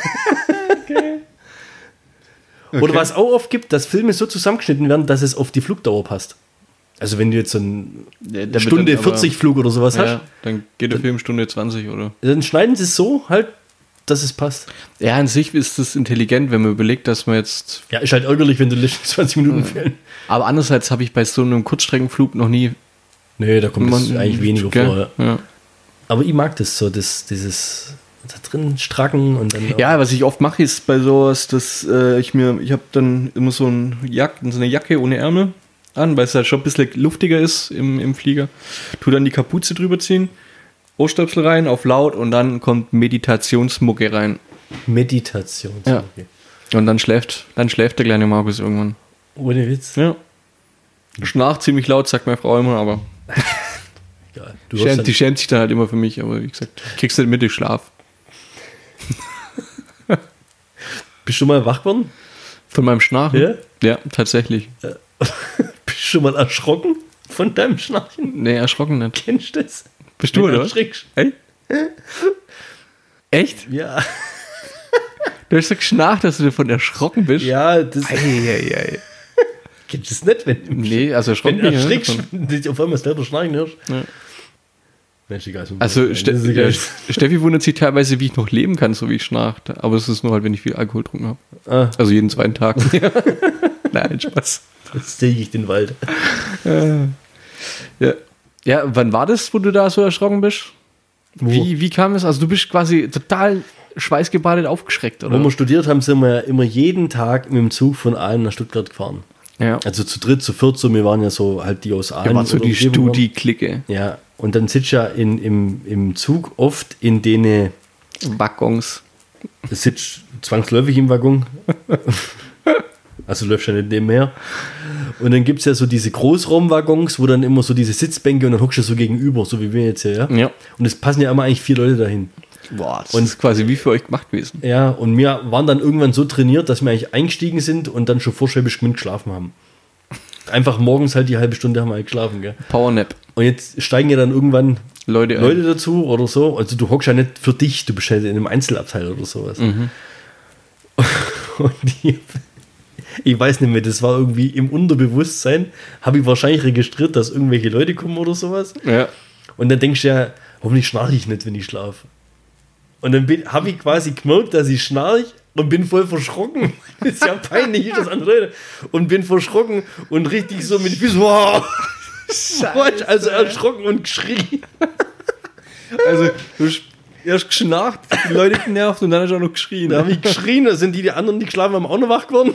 Oder Okay. was auch oft gibt, dass Filme so zusammengeschnitten werden, dass es auf die Flugdauer passt. Also wenn du jetzt so einen Ja, der wird Stunde dann aber- vierzig Flug oder sowas hast, Ja, dann geht der Film Stunde zwanzig, oder? dann schneiden sie es so halt, dass es passt. Ja, an sich ist das intelligent, wenn man überlegt, dass man jetzt. Ja, ist halt ärgerlich, wenn du letzten zwanzig Minuten fehlen. Aber andererseits habe ich bei so einem Kurzstreckenflug noch nie. Nee, da kommt es eigentlich weniger Gell? vor. Ja. Ja. Aber ich mag das so, das, dieses da drin stracken und dann. Ja, was ich oft mache, ist bei sowas, dass äh, ich mir, ich habe dann immer so, ein Jack, so eine Jacke ohne Ärmel an, weil es halt schon ein bisschen luftiger ist im, im Flieger. Tu dann die Kapuze drüber ziehen, Ohrstöpsel rein, auf laut und dann kommt Meditationsmucke rein. Meditation. Ja. Okay. Und dann schläft, dann schläft der kleine Markus irgendwann. Ohne Witz. Ja. Schnarcht ziemlich laut, sagt meine Frau immer, aber Egal. Du schämt, hörst die schämt sich dann halt immer für mich, aber wie gesagt, kriegst du mit, ich schlaf. dann, bist du mal wach geworden? Von meinem Schnarchen? Ja? Ja, tatsächlich. Bist du schon mal erschrocken von deinem Schnarchen? Nee, erschrocken nicht. Kennst du das? Bist du, Wenn oder? erschrickst. Echt? Echt? Ja. Du hast so geschnarcht, dass du davon erschrocken bist? Ja, das Eieiei. kennst du das nicht, wenn du Nee, also wenn erschrocken du bin ich nicht erschrickst, davon. wenn du dich auf einmal selber schnarchen hörst. Ja. Mensch, egal. ist mir Also wurscht. Ste Das ist egal. äh, Steffi wundert sich teilweise, wie ich noch leben kann, so wie ich schnarcht. Aber es ist nur halt, wenn ich viel Alkohol getrunken habe. Ah, Also jeden zweiten Tag. Nein, Spaß. jetzt sehe ich den Wald. Ja. Ja, wann war das, wo du da so erschrocken bist? Wie, wie kam es? Also du bist quasi total schweißgebadet aufgeschreckt, Wo oder? wir studiert haben, sind wir ja immer jeden Tag mit dem Zug von Aalen nach Stuttgart gefahren. Ja. Also zu dritt, zu viert, so, wir waren ja so halt die aus Aalen. Wir waren so oder die Umgebung waren. Studi-Clique. Ja, und dann sitzt ja in, im, im Zug oft in denen, Waggons. sitzt zwangsläufig im Waggon. Also läuft ja nicht nebenher. Und dann gibt es ja so diese Großraumwaggons, wo dann immer so diese Sitzbänke und dann hockst du so gegenüber, so wie wir jetzt hier, ja. Ja. Und es passen ja immer eigentlich vier Leute dahin. Boah, das Und- ist quasi wie für euch gemacht gewesen. Ja, und wir waren dann irgendwann so trainiert, dass wir eigentlich eingestiegen sind und dann schon vorschwäbisch geschwind geschlafen haben. Einfach morgens halt die halbe Stunde haben wir halt geschlafen, gell. Powernap. Und jetzt steigen ja dann irgendwann Leute, ein. Leute dazu oder so. Also du hockst ja nicht für dich, du bist halt in einem Einzelabteil oder sowas. Mhm. Und die, ich weiß nicht mehr, das war irgendwie im Unterbewusstsein, habe ich wahrscheinlich registriert, dass irgendwelche Leute kommen oder sowas. Ja. Und dann denkst du ja, hoffentlich schnarche ich nicht, wenn ich schlafe. Und dann habe ich quasi gemerkt, dass ich schnarche und bin voll verschrocken. Das ist ja peinlich, ist das andere Leute. Und bin verschrocken und richtig so mit den Füßen, wow. Also erschrocken und geschrien. Also, du hast erst geschnarcht, die Leute genervt und dann hast du auch noch geschrien. Da habe ich geschrien, da sind die, die anderen, die geschlafen haben, auch noch wach geworden.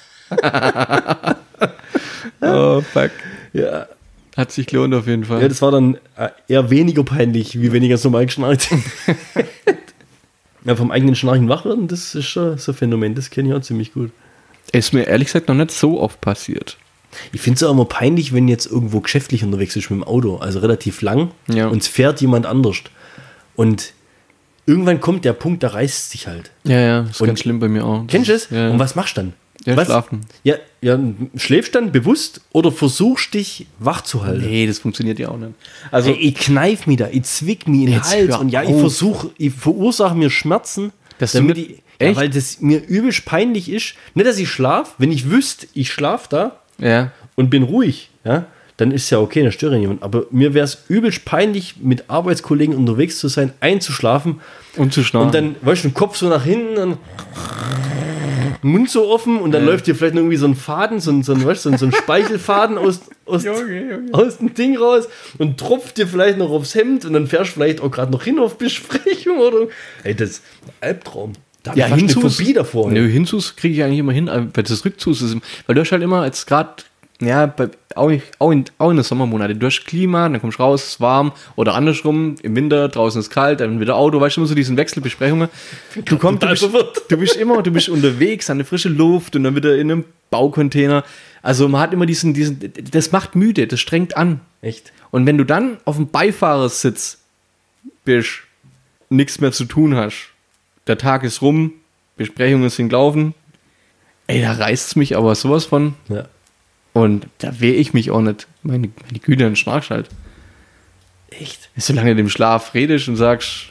Oh, fuck. Ja. Hat sich gelohnt auf jeden Fall. Ja, das war dann eher weniger peinlich, wie wenn ich ganz normal geschnarcht. Ja, vom eigenen Schnarchen wach werden, das ist schon so ein Phänomen, das kenne ich auch ziemlich gut. Ist mir ehrlich gesagt noch nicht so oft passiert. Ich finde es auch immer peinlich, wenn jetzt irgendwo geschäftlich unterwegs ist mit dem Auto, also relativ lang, Ja. und es fährt jemand anders. Und irgendwann kommt der Punkt, da reißt es sich halt. Ja, ja, ist Und- ganz schlimm bei mir auch. Kennst du es? Ja, ja. Und was machst du dann? Ja, was? schlafen. Ja, ja, schläfst dann bewusst oder versuchst dich wach zu halten? Nee, das funktioniert ja auch nicht. Also, Ey, ich kneif mich da, ich zwick mich in den Jetzt Hals hör und ja, ich auf. versuche, ich verursache mir Schmerzen, Dass du damit mit- ich, ja, Echt? weil das mir übelst peinlich ist. Nicht, dass ich schlaf, wenn ich wüsste, ich schlaf da ja. und bin ruhig, ja, dann ist ja okay, dann störe ich niemand. Aber mir wäre es übelst peinlich, mit Arbeitskollegen unterwegs zu sein, einzuschlafen Und zu schnarchen. und dann, weißt du, den Kopf so nach hinten und Mund so offen und dann Ja. läuft dir vielleicht noch irgendwie so ein Faden, so ein, so ein, weißt du, so ein, so ein Speichelfaden aus, aus, Junge, Junge. aus dem Ding raus und tropft dir vielleicht noch aufs Hemd und dann fährst du vielleicht auch gerade noch hin auf Besprechung oder. Ey, das ist ein Albtraum. Da hab Ja, ich fast eine Hinzus, Phobie davor. Nö, Hinzus kriege ich eigentlich immer hin, aber bei das Rückzus ist, weil du hast halt immer jetzt gerade, ja, bei, auch, nicht- auch, in, auch in den Sommermonaten, du hast Klima, dann kommst du raus, es ist warm oder andersrum, im Winter, draußen ist kalt, dann wieder Auto, weißt du, immer so diesen Wechselbesprechungen. Du kommst, du total bist, verwirrt. du bist immer, du bist unterwegs an der frische Luft und dann wieder in einem Baucontainer. Also man hat immer diesen, diesen, das macht müde, das strengt an. Echt? Und wenn du dann auf dem Beifahrersitz bist, nichts mehr zu tun hast, der Tag ist rum, Besprechungen sind gelaufen, ey, da reißt es mich aber sowas von. Ja. Und da wehre ich mich auch nicht. Meine, meine Güte, dann schnarchst halt. Echt? Solange du im Schlaf redest und sagst,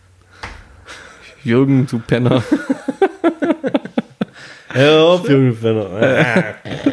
Jürgen, du Penner. Ja, auf, junge Fenner.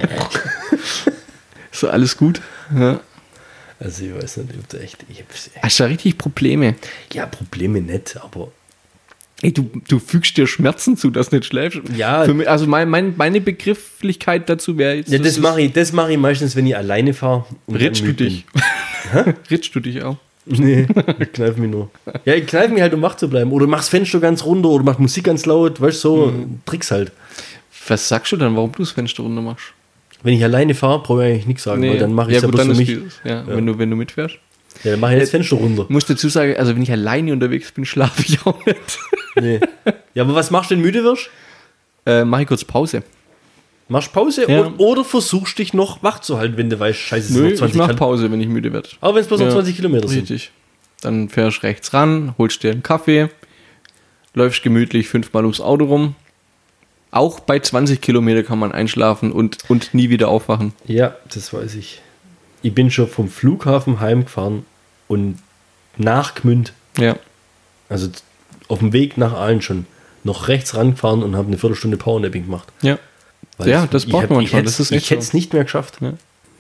Ist so alles gut? Ja. Also ich weiß nicht, ob da echt. Ich hab's, Hast du da richtig Probleme? ja, Probleme nicht, aber. Ey, du, du fügst dir Schmerzen zu, dass du nicht schläfst. Ja. Für mich, also mein, mein, meine Begrifflichkeit dazu wäre jetzt. Ja, das ist- mache ich, das mach ich meistens, wenn ich alleine fahre. Ritschst du dich? Ritschst du dich auch? Nee, ich kneif mich nur. Ja, ich kneif mich halt, um wach zu bleiben. Oder mach's Fenster ganz runter oder mach Musik ganz laut. Weißt du, so Tricks halt. Was sagst du dann, warum du das Fenster runter machst? Wenn ich alleine fahre, brauche ich eigentlich nichts sagen, weil dann mache ich ja, es ja gut, bloß dann für ist mich. dieses, ja, Wenn, du, wenn du mitfährst. Ja, dann mache ich das Fenster runter. Ich muss dazu sagen, also wenn ich alleine unterwegs bin, schlafe ich auch nicht. Nee. Ja, aber was machst du, wenn du müde wirst? äh, Mache ich kurz Pause. Machst Pause Ja. oder, oder versuchst dich noch wach zu halten, wenn du weißt, scheiße, es sind Nö, noch ich zwanzig mache Kilometer. Pause, wenn ich müde werde. Aber wenn es bloß noch Ja. zwanzig Kilometer sind. Richtig. Dann fährst du rechts ran, holst dir einen Kaffee, läufst gemütlich fünfmal ums Auto rum. Auch bei zwanzig Kilometer kann man einschlafen und, und nie wieder aufwachen. Ja, das weiß ich. Ich bin schon vom Flughafen heimgefahren und nach Gmünd, Ja. also auf dem Weg nach Aalen schon, noch rechts rangefahren und habe eine Viertelstunde Powernapping gemacht. Ja. Weil Ja, ich- das ich braucht hätt- man ich schon, hätt's- das ist echt Ich hätte es so. nicht mehr geschafft. Und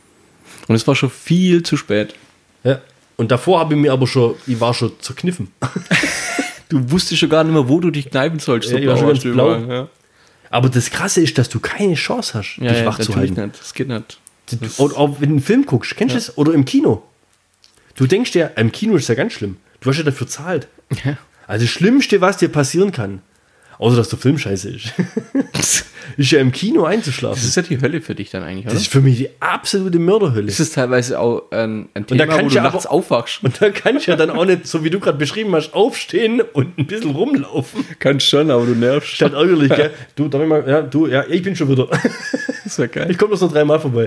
es war schon viel zu spät. Ja. Und davor habe ich mir aber schon, ich war schon zerkniffen. Du wusstest schon gar nicht mehr, wo du dich kneifen sollst. Ja, ich war schon warst ganz du blau. überall, Ja, Aber das Krasse ist, dass du keine Chance hast, ja, dich ja wach zu natürlich halten. nicht. Das geht nicht. Du- Oder auch wenn du einen Film guckst, kennst du das? Oder im Kino. Du denkst dir, im Kino ist ja ganz schlimm. Du hast ja dafür zahlt. Ja. Also das Schlimmste, was dir passieren kann, außer dass der Film scheiße ist, ist ja im Kino einzuschlafen. Das ist ja die Hölle für dich dann eigentlich, oder? Das ist für mich die absolute Mörderhölle. Das ist teilweise auch ein, ein Und da Thema, wo kannst du du nachts aber- aufwachst. Und da kannst du ja dann auch nicht, so wie du gerade beschrieben hast, aufstehen und ein bisschen rumlaufen. Kannst schon, aber du nervst. Statt ärgerlich, gell? Du, darf ich mal, ja, du, ja, ich bin schon wieder. Das wäre geil. Ich komme bloß noch dreimal vorbei.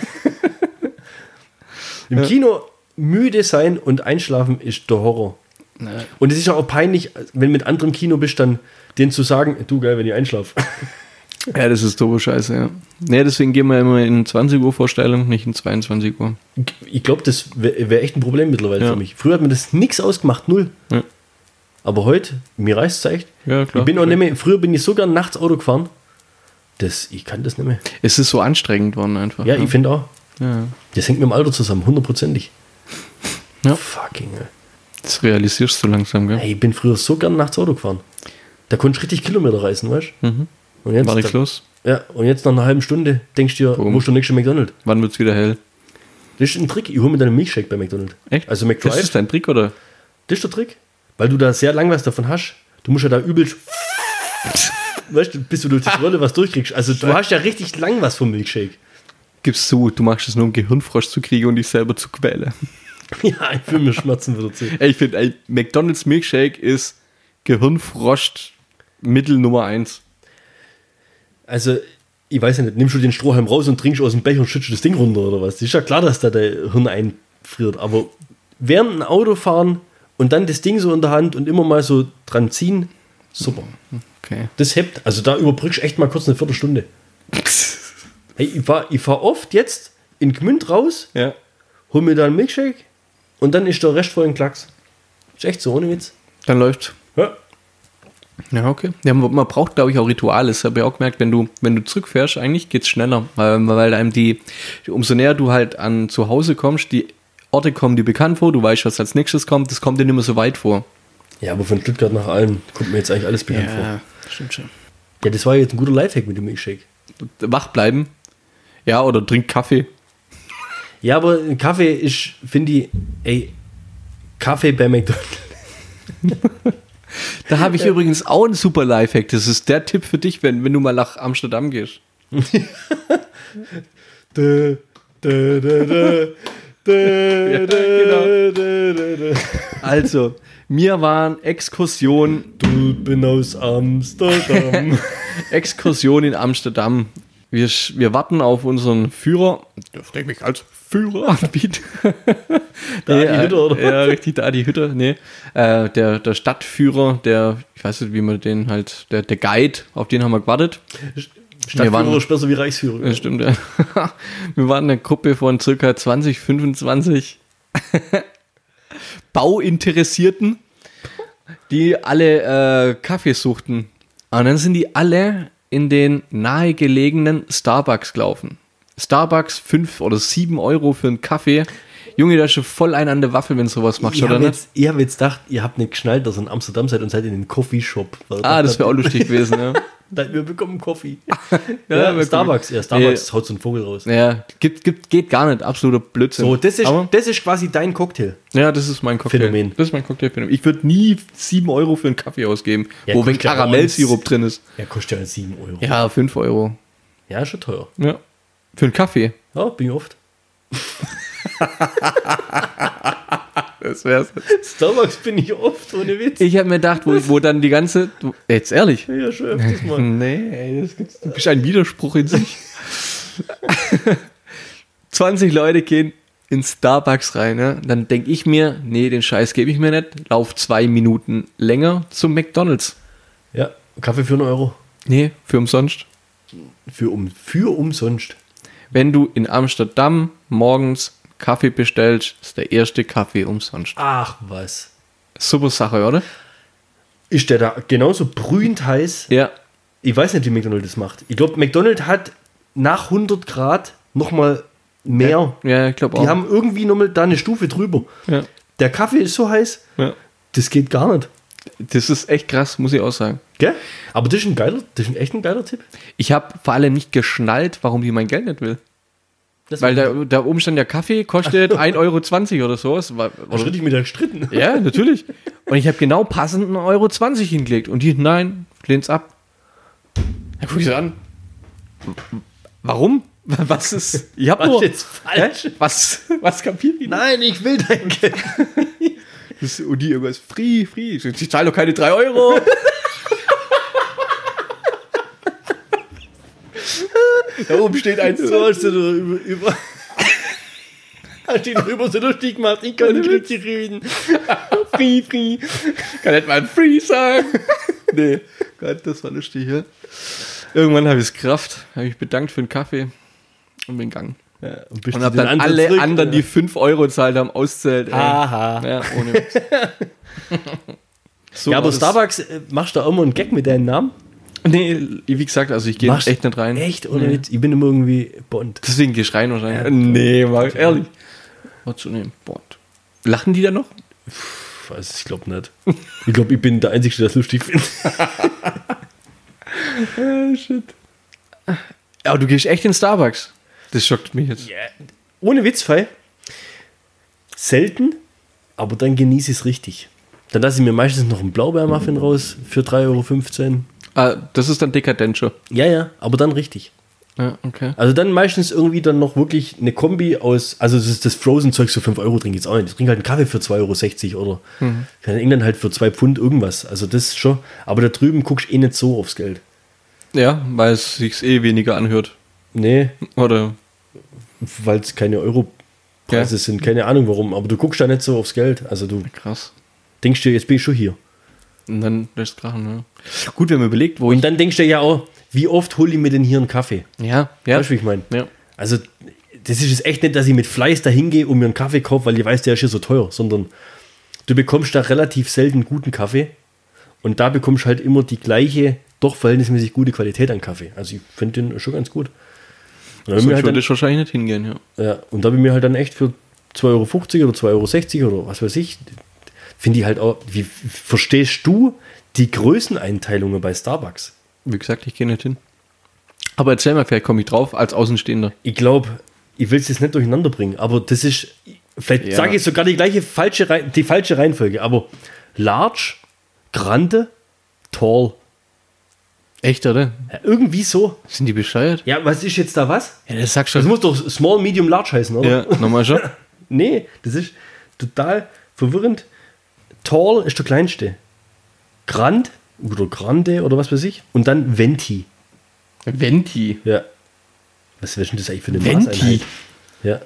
Im Kino müde sein und einschlafen ist der Horror. Und es ist ja auch peinlich, wenn du mit anderem Kino bist, dann denen zu sagen, du geil, wenn ich einschlafe. Ja, das ist turbo scheiße, ja. Nee, deswegen gehen wir immer in zwanzig Uhr Vorstellung, nicht in zweiundzwanzig Uhr. Ich glaube, das wäre wär echt ein Problem mittlerweile Ja. für mich. Früher hat mir das nichts ausgemacht, null. Ja. Aber heute, mir reißt es echt. Ja, klar. Ich bin auch nicht mehr, früher bin ich so gern nachts Auto gefahren. Das, ich kann das nicht mehr. Es ist so anstrengend worden einfach. Ja, ich finde auch. ja. Das hängt mit dem Alter zusammen, hundertprozentig. Ja. Fucking hell. Das realisierst du langsam, gell? Hey, ich bin früher so gern nachts Auto gefahren. Da konnte ich richtig Kilometer reisen, weißt du? Mhm. Und jetzt, War nichts da, los? ja, und jetzt nach einer halben Stunde denkst du dir, Boom. wo ist der nächste McDonald's? Wann wird's wieder hell? Das ist ein Trick. Ich hole mir dann einen Milchshake bei McDonald's. Echt? Also Das McDrive. ist dein Trick, oder? Das ist der Trick. Weil du da sehr lang was davon hast. Du musst ja da übel... weißt du, bis du durch die Rolle was durchkriegst. Also du hast ja richtig lang was vom Milkshake. Gib's zu, du machst es nur, um Gehirnfrosch zu kriegen und dich selber zu quälen. Ja, ich fühle mir Schmerzen wieder zu. Ey, ich finde, McDonald's Milkshake ist Gehirnfrosch Mittel Nummer eins. Also, ich weiß ja nicht, nimmst du den Strohhalm raus und trinkst aus dem Becher und schützt das Ding runter oder was? Ist ja klar, dass da der Hirn einfriert. Aber während ein Autofahren und dann das Ding so in der Hand und immer mal so dran ziehen, super. Okay. Das hebt. Also da überbrückst du echt mal kurz eine Viertelstunde. Hey, ich fahre ich fahr oft jetzt in Gmünd raus, Ja. hol mir da einen Milkshake und dann ist der Rest voll in Klacks. Ist echt so, ohne Witz. Dann läuft's. Ja. Ja, okay. Ja, man braucht, glaube ich, auch Rituale. Das habe ich auch gemerkt, wenn du, wenn du zurückfährst, eigentlich geht's schneller. Weil, weil einem die, umso näher du halt an zu Hause kommst, die Orte kommen dir bekannt vor, du weißt, was als nächstes kommt, das kommt dir nicht mehr so weit vor. Ja, aber von Stuttgart nach Alm kommt mir jetzt eigentlich alles bekannt vor. stimmt schon. Ja, das war jetzt ein guter Lifehack mit dem Milkshake. Wach bleiben. Ja, oder trink Kaffee. Ja, aber Kaffee ist, finde ich, ey, Kaffee bei McDonald's. Da habe ich ja. übrigens auch einen super Lifehack. Das ist der Tipp für dich, wenn, wenn du mal nach Amsterdam gehst. dö, dö, dö, dö, dö, ja, genau. dö, dö, dö. Also, wir waren Exkursion. Du bin aus Amsterdam. Exkursion in Amsterdam. Wir, wir warten auf unseren Führer. Dürfte ich mich als Führer anbieten? Da nee, die Hütte, oder? Ja, richtig, da die Hütte. Nee. Äh, der, der Stadtführer, der, ich weiß nicht, wie man den halt, der, der Guide, auf den haben wir gewartet. Stadtführer waren, ist besser wie Reichsführer. Ja, stimmt, ja. Wir waren eine Gruppe von circa zwanzig, fünfundzwanzig Bauinteressierten, die alle äh, Kaffee suchten. Und dann sind die alle in den nahegelegenen Starbucks gelaufen. Starbucks fünf oder sieben Euro für einen Kaffee. Junge, da ist schon voll ein an der Waffel, wenn du sowas machst, ich oder hab nicht? jetzt, ich habe jetzt gedacht, ihr habt nicht geschnallt, dass ihr in Amsterdam seid und seid in den Coffeeshop. Ah, das wäre auch lustig gewesen, ja. Wir bekommen Kaffee. Ja, ja, Starbucks, ja, Starbucks haut so einen Vogel raus. Ja, gibt, gibt, geht gar nicht, absoluter Blödsinn. So, das ist, Aber, das ist quasi dein Cocktail. ja, das ist mein Cocktail. Phänomen. Das ist mein Cocktailphänomen. Ich würde nie sieben Euro für einen Kaffee ausgeben, Ja, wo wenn kostet ja Karamellsirup drin ist. Ja, kostet ja sieben Euro. Ja, fünf Euro. Ja, ist schon teuer. Ja. Für einen Kaffee. Ja, bin ich oft. Das wär's. Starbucks bin ich oft, ohne Witz. Ich habe mir gedacht, wo, wo dann die ganze. Du, jetzt ehrlich? Ja, schon öfters mal. Nee, ey, das gibt's, du bist ein Widerspruch in sich. zwanzig Leute gehen in Starbucks rein, ne? Dann denke ich mir, nee, den Scheiß gebe ich mir nicht. Lauf zwei Minuten länger zum McDonald's. Ja, Kaffee für einen Euro. Nee, für umsonst. Für, um, für umsonst. Wenn du in Amsterdam morgens Kaffee bestellst, ist der erste Kaffee umsonst. Ach, was. Super Sache, oder? Ist der da genauso brühend heiß? Ja. Ich weiß nicht, wie McDonald's das macht. Ich glaube, McDonald's hat nach hundert Grad nochmal mehr. Ja, ich glaube auch. Die haben irgendwie nochmal da eine Stufe drüber. Ja. Der Kaffee ist so heiß, Ja. das geht gar nicht. Das ist echt krass, muss ich auch sagen. Gell? Aber das ist ein geiler, das ist ein echt ein geiler Tipp. Ich habe vor allem nicht geschnallt, warum die mein Geld nicht will. Das Weil da, da oben stand, der Kaffee kostet ein Euro zwanzig oder so. Das war, Hast du richtig mit der gestritten? ja, natürlich. Und ich habe genau passend einen Euro zwanzig hingelegt. Und die, nein, lehn's ab. Da guck ich so an. Warum? Was ist. Ich hab Was nur. ist jetzt falsch? Hä? Was, was kapiert die? Nein, ich will dein Geld. Das, und die irgendwas, free, free. Ich zahle doch keine drei Euro. Da oben steht eins. So hast du da über. über hast du drüber so lustig gemacht. Ich kann nicht richtig reden. Free, free. Kann nicht mal ein Free sagen. Nee, Gott, das war lustig, ja. Irgendwann habe ich es gerafft, habe ich bedankt für den Kaffee und bin gegangen. Ja, und Und habe dann alle zurück, anderen, die fünf Euro gezahlt haben, auszählt. Aha. Ja, ohne Witz. So, ja, aber das- Starbucks, äh, machst du da immer einen Gag mit deinem Namen? Nee, wie gesagt, also ich gehe Machst- echt nicht rein. Echt? Oder Nee. nicht? Ich bin immer irgendwie Bond. Deswegen geh ich rein wahrscheinlich. Ja, nee, mal ehrlich. Was zu nehmen? Bond. Lachen die da noch? Ich weiß, ich glaube nicht. Ich glaube, ich bin der Einzige, der das lustig findet. Ah, shit. Aber du gehst echt in Starbucks. Das schockt mich jetzt. Yeah. Ohne Witz, Fei. Selten, aber dann genieße ich es richtig. Dann lasse ich mir meistens noch einen Blaubeermuffin raus für drei Euro fünfzehn. Ah, das ist dann dekadent schon. Ja, ja, aber dann richtig. Ja, okay. Also dann meistens irgendwie dann noch wirklich eine Kombi aus, also das, das Frozen-Zeug für fünf Euro trinke ich jetzt auch nicht. Ich trinke halt einen Kaffee für zwei Euro sechzig oder mhm. in England halt für zwei Pfund irgendwas. Also das schon. Aber da drüben guckst du eh nicht so aufs Geld. Ja, weil es sich eh weniger anhört. Nee. Oder? Weil es keine Euro-Preise ja. sind. Keine Ahnung warum. Aber du guckst da nicht so aufs Geld. Also du krass. Denkst dir, jetzt bin ich schon hier. Und dann lässt krachen, ja. Gut, wir haben überlegt, wo Und ich... dann denkst du ja auch, wie oft hole ich mir denn hier einen Kaffee? Ja, ja. Weißt du, wie ich meine? Ja. Also, das ist jetzt echt nicht, dass ich mit Fleiß da hingehe und mir einen Kaffee kaufe, weil ich weiß, der ist ja so teuer, sondern du bekommst da relativ selten guten Kaffee und da bekommst du halt immer die gleiche, doch verhältnismäßig gute Qualität an Kaffee. Also, ich finde den schon ganz gut. Und so halt würde ich wahrscheinlich nicht hingehen, ja. Ja, und da habe ich mir halt dann echt für zwei Euro fünfzig oder zwei Euro sechzig oder was weiß ich, finde ich halt auch, wie verstehst du die Größeneinteilungen bei Starbucks? Wie gesagt, ich gehe nicht hin. Aber erzähl mal, vielleicht komme ich drauf als Außenstehender. Ich glaube, ich will es jetzt nicht durcheinander bringen, aber das ist, vielleicht ja. sage ich sogar die gleiche falsche, Rei- die falsche Reihenfolge, aber Large, Grande, Tall. Echt, oder? Ja, irgendwie so. Sind die bescheuert? Ja, was ist jetzt da was? Ja, das sagst du. Das muss doch Small, Medium, Large heißen, oder? Ja, nochmal schon. Nee, das ist total verwirrend. Tall ist der kleinste. Grand oder Grande oder was weiß ich. Und dann Venti. Venti. Ja. Was wäre denn das eigentlich für eine Venti. Maßeinheit? Ja.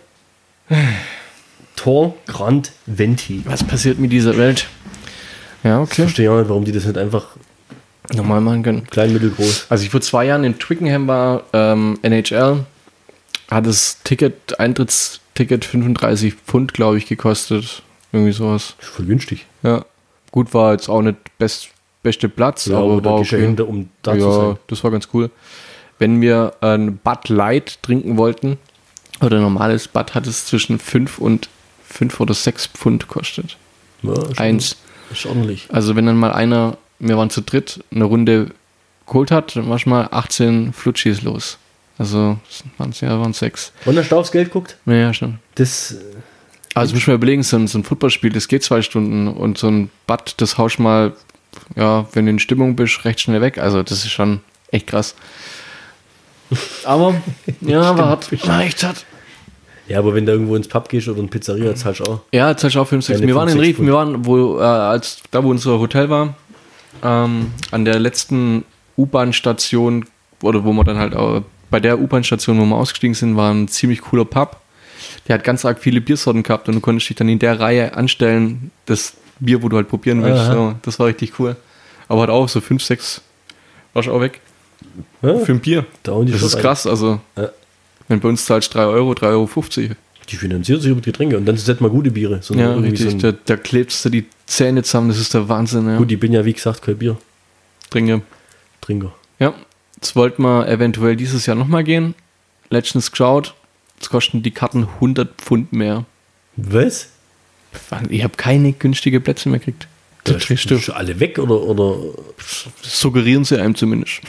Tall, Grand, Venti. Was passiert mit dieser Welt? Ja, Ich okay. verstehe auch nicht, warum die das nicht einfach Normal machen können. klein, mittel, groß. Als ich vor zwei Jahren in Twickenham war, ähm, N H L, hat das Ticket, Eintrittsticket fünfunddreißig Pfund, glaube ich, gekostet. Irgendwie sowas. Das ist voll günstig. Ja. Gut, war jetzt auch nicht best, beste Platz, Ja, aber aber da war gehst du ja okay. hinter, um da zu Ja, sein. das war ganz cool. Wenn wir ein Bud Light trinken wollten, oder normales Bud, hat es zwischen fünf und fünf oder sechs Pfund kostet. Ja, ist Eins. Ist ordentlich. Also wenn dann mal einer, wir waren zu dritt, eine Runde geholt hat, dann war schon mal achtzehn Flutschis los. Also waren es ja, waren sechs. Und hast du aufs Geld guckt? Ja, schon. Das, Also muss man überlegen, so ein, so ein Footballspiel, das geht zwei Stunden und so ein Bud, das haust mal, ja, wenn du in Stimmung bist, recht schnell weg. Also das ist schon echt krass. Aber, ja, war hart. War echt hart. ja, aber wenn du irgendwo ins Pub gehst oder in Pizzeria, zahlst du auch. Ja, jetzt halt auch fünf, sechs. Keine Wir waren in fünf, sechs Rief, wir waren, wo, äh, als, da wo unser Hotel war, ähm, an der letzten U-Bahn-Station, oder wo wir dann halt auch, bei der U-Bahn-Station, wo wir ausgestiegen sind, war ein ziemlich cooler Pub. Der hat ganz arg viele Biersorten gehabt und du konntest dich dann in der Reihe anstellen, das Bier, wo du halt probieren willst. So, das war richtig cool. Aber hat auch so fünf, sechs, warst du auch weg. Ja, Für ein Bier. da hauen die Das schon ist rein. krass, also Ja. wenn bei uns zahlst drei Euro, drei Euro fünfzig. Die finanziert sich über die Getränke und dann sind mal gute Biere. sondern Ja, irgendwie richtig. So da, ein, da klebst du die Zähne zusammen, das ist der Wahnsinn. Ja. gut, ich bin ja wie gesagt kein Biertrinker. Trinke. Ja, jetzt wollten wir eventuell dieses Jahr nochmal gehen. Letztens geschaut, jetzt kosten die Karten hundert Pfund mehr. Was? Ich habe keine günstige Plätze mehr gekriegt. Da Das ist schon alle weg oder, oder Das suggerieren sie einem zumindest.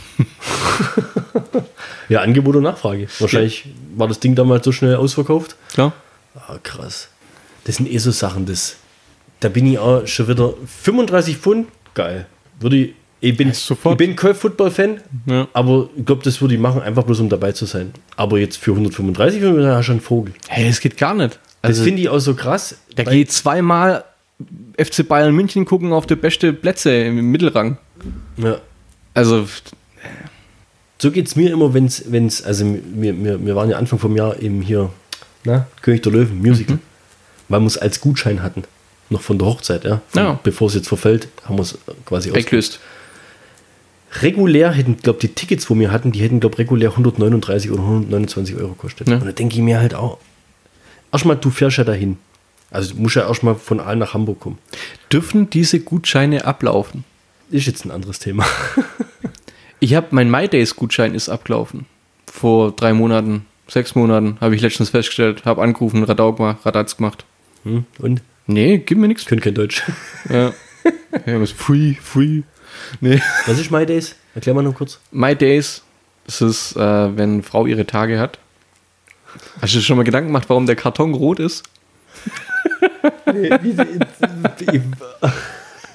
ja, Angebot und Nachfrage. Wahrscheinlich war das Ding damals so schnell ausverkauft. Klar. Ah, krass. Das sind eh so Sachen, das. Da bin ich auch schon wieder fünfunddreißig Pfund. Geil. Würde ich. Ich bin, Ja, sofort. ich bin kein Football-Fan, Ja. aber ich glaube, das würde ich machen, einfach bloß um dabei zu sein. Aber jetzt für hundertfünfunddreißig Pfund hast du einen Vogel. Hey, das geht gar nicht. Das Also, finde ich auch so krass. da weil- geht zweimal F C Bayern München gucken auf die beste Plätze im Mittelrang. ja. Also, So geht es mir immer, wenn es, also wir, wir, wir waren ja Anfang vom Jahr eben hier, na, König der Löwen, Musical, weil wir es als Gutschein hatten, noch von der Hochzeit, ja. Und Ja. bevor es jetzt verfällt, haben wir es quasi weggelöst. Regulär hätten, glaube die Tickets, wo wir hatten, die hätten, glaube regulär hundertneununddreißig oder hundertneunundzwanzig Euro gekostet. Ja. Und da denke ich mir halt auch, erstmal, du fährst ja dahin. Also du musst ja erstmal von Aalen nach Hamburg kommen. Dürfen diese Gutscheine ablaufen? Ist jetzt ein anderes Thema. Ich habe, mein MyDays-Gutschein ist abgelaufen. Vor drei Monaten, sechs Monaten, habe ich letztens festgestellt, habe angerufen, Radau gemacht, Radatz gemacht. Hm? Und? Nee, gib mir nichts. Ich können kein Deutsch. Ja. Ja, was, free, free. Nee. Was ist My Days? Erklär mal noch kurz. MyDays, das ist, äh, wenn eine Frau ihre Tage hat. Hast du dir schon mal Gedanken gemacht, warum der Karton rot ist?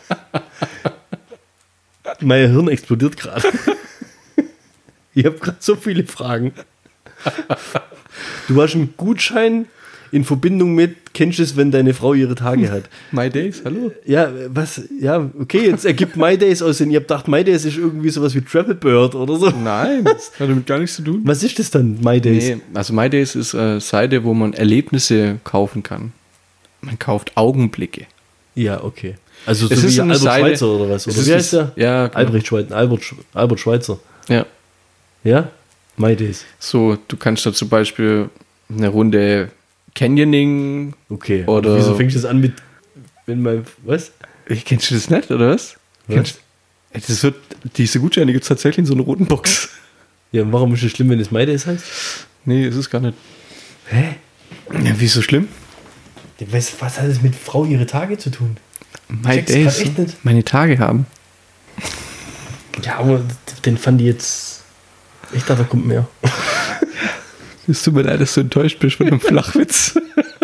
mein Hirn explodiert gerade. Ich habe gerade so viele Fragen. Du hast einen Gutschein in Verbindung mit, kennst du es, wenn deine Frau ihre Tage hat? My Days, hallo? Ja, was? Ja, okay, jetzt ergibt My Days Aussinn. Ihr habt gedacht, My Days ist irgendwie sowas wie Travel Bird oder so. Nein, das hat damit gar nichts zu tun. Was ist das dann, My Days? Nee, also My Days ist eine Seite, wo man Erlebnisse kaufen kann. Man kauft Augenblicke. Ja, okay. Also so Es ist wie eine Albert Seite- Schweitzer oder was? es Oder ist wie eine- heißt der? ja, genau. Albrecht Schweitzer, Albert, Sch- Albert Schweitzer. Ja. Ja? My Days. So, du kannst da zum Beispiel eine Runde Canyoning. Okay. Oder- Und wieso fängst du das an mit, wenn mein, was? Kennst du das nicht, oder was? Was? Kennst- Ey, Das wird, diese Gutscheine gibt es tatsächlich in so einer roten Box. Ja, und warum ist es schlimm, wenn es My Days heißt? Nee, es ist gar nicht. Hä? Ja, wieso schlimm? Was, was hat es mit Frau ihre Tage zu tun? My check's Days. grad echt nicht. Meine Tage haben. Ja, aber den fand ich jetzt. Ich dachte, da kommt mehr. Es tut mir leid, dass du enttäuscht bist von dem Flachwitz.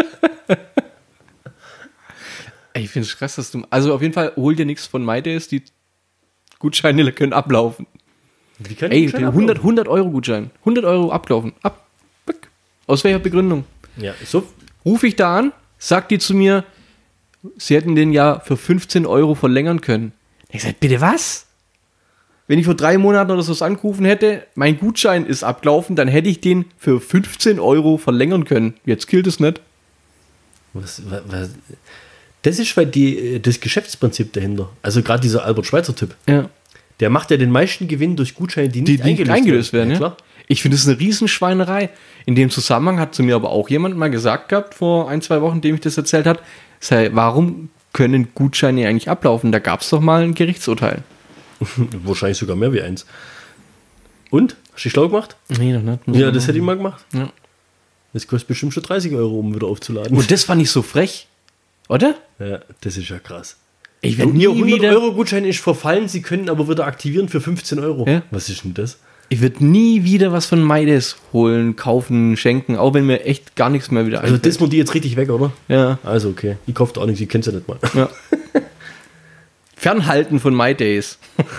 Ey, ich finde es krass, dass du. Also auf jeden Fall hol dir nichts von My Days, die Gutscheine können ablaufen. Wie kann Ey, ich den hundert, hundert Euro Gutschein. hundert Euro ablaufen. Ab. Weg. Aus welcher Begründung? Ja, so. Ruf ich da an, sagt die zu mir, sie hätten den ja für fünfzehn Euro verlängern können. Ich sag, bitte was? Wenn ich vor drei Monaten oder so angerufen hätte, mein Gutschein ist abgelaufen, dann hätte ich den für fünfzehn Euro verlängern können. Jetzt gilt es nicht. Was, was, was? Das ist weil die, das Geschäftsprinzip dahinter. Also gerade dieser Albert Schweitzer-Typ. Ja. Der macht ja den meisten Gewinn durch Gutscheine, die Die nicht nicht eingelöst, eingelöst werden. Ja, Ja, klar. Ich finde, das ist eine Riesenschweinerei. In dem Zusammenhang hat zu mir aber auch jemand mal gesagt gehabt, vor ein, zwei Wochen, dem ich das erzählt hat, sei, warum können Gutscheine eigentlich ablaufen? Da gab es doch mal ein Gerichtsurteil. Wahrscheinlich sogar mehr wie eins. Und? Hast du dich schlau gemacht? Nee, noch nicht. Muss Ja, man das machen. hätte ich mal gemacht. Ja. Das kostet bestimmt schon dreißig Euro, um wieder aufzuladen. Und das fand ich so frech, oder? Ja, das ist ja krass. Ich Wenn werde Ihr nie hundert wieder, Euro Gutschein ist verfallen, Sie können aber wieder aktivieren für fünfzehn Euro. Ja. Was ist denn das? ich werd nie wieder was von My Days holen, kaufen, schenken, auch wenn mir echt gar nichts mehr wieder Also einfällt. das muss die jetzt richtig weg, oder? Ja, Also okay. Ich kaufe auch nichts, ich kenn's ja nicht mal. ja. Fernhalten von My Days.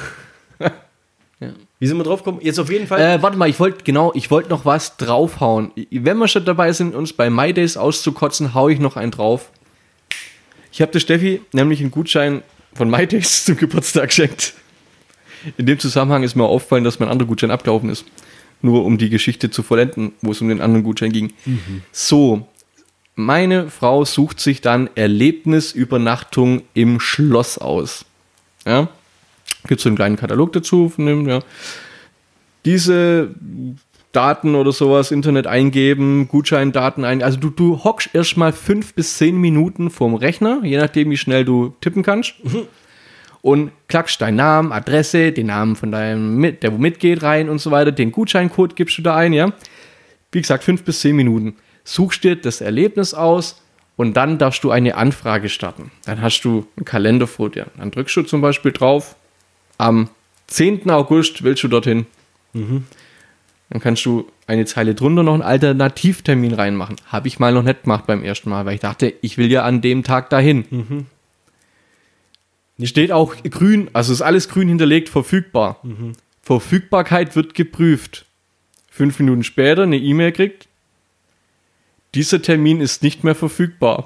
Wie sind wir drauf gekommen? Jetzt auf jeden Fall. Äh, warte mal, ich wollte genau, ich wollte noch was draufhauen. Wenn wir schon dabei sind, uns bei My Days auszukotzen, hau ich noch einen drauf. Ich habe der Steffi nämlich einen Gutschein von My Days zum Geburtstag geschenkt. In dem Zusammenhang ist mir aufgefallen, dass mein anderer Gutschein abgelaufen ist. Nur um die Geschichte zu vollenden, wo es um den anderen Gutschein ging. Mhm. So, meine Frau sucht sich dann Erlebnisübernachtung im Schloss aus. Ja, gibt es so einen kleinen Katalog dazu von dem, ja. Diese Daten oder sowas, Internet eingeben, Gutscheindaten ein. Also du, du hockst erstmal fünf bis zehn Minuten vorm Rechner, je nachdem, wie schnell du tippen kannst. Mhm. Und klackst deinen Namen, Adresse, den Namen von deinem, mit, der wo mitgeht, rein und so weiter. Den Gutscheincode gibst du da ein, ja. Wie gesagt, fünf bis zehn Minuten. Suchst dir das Erlebnis aus und dann darfst du eine Anfrage starten. Dann hast du einen Kalender vor dir. Dann drückst du zum Beispiel drauf, am zehnten August willst du dorthin. Mhm. Dann kannst du eine Zeile drunter noch einen Alternativtermin reinmachen. Habe ich mal noch nicht gemacht beim ersten Mal, weil ich dachte, ich will ja an dem Tag dahin. Mhm. Steht auch grün, also ist alles grün hinterlegt, verfügbar. Mhm. Verfügbarkeit wird geprüft. Fünf Minuten später eine E-Mail kriegt, dieser Termin ist nicht mehr verfügbar.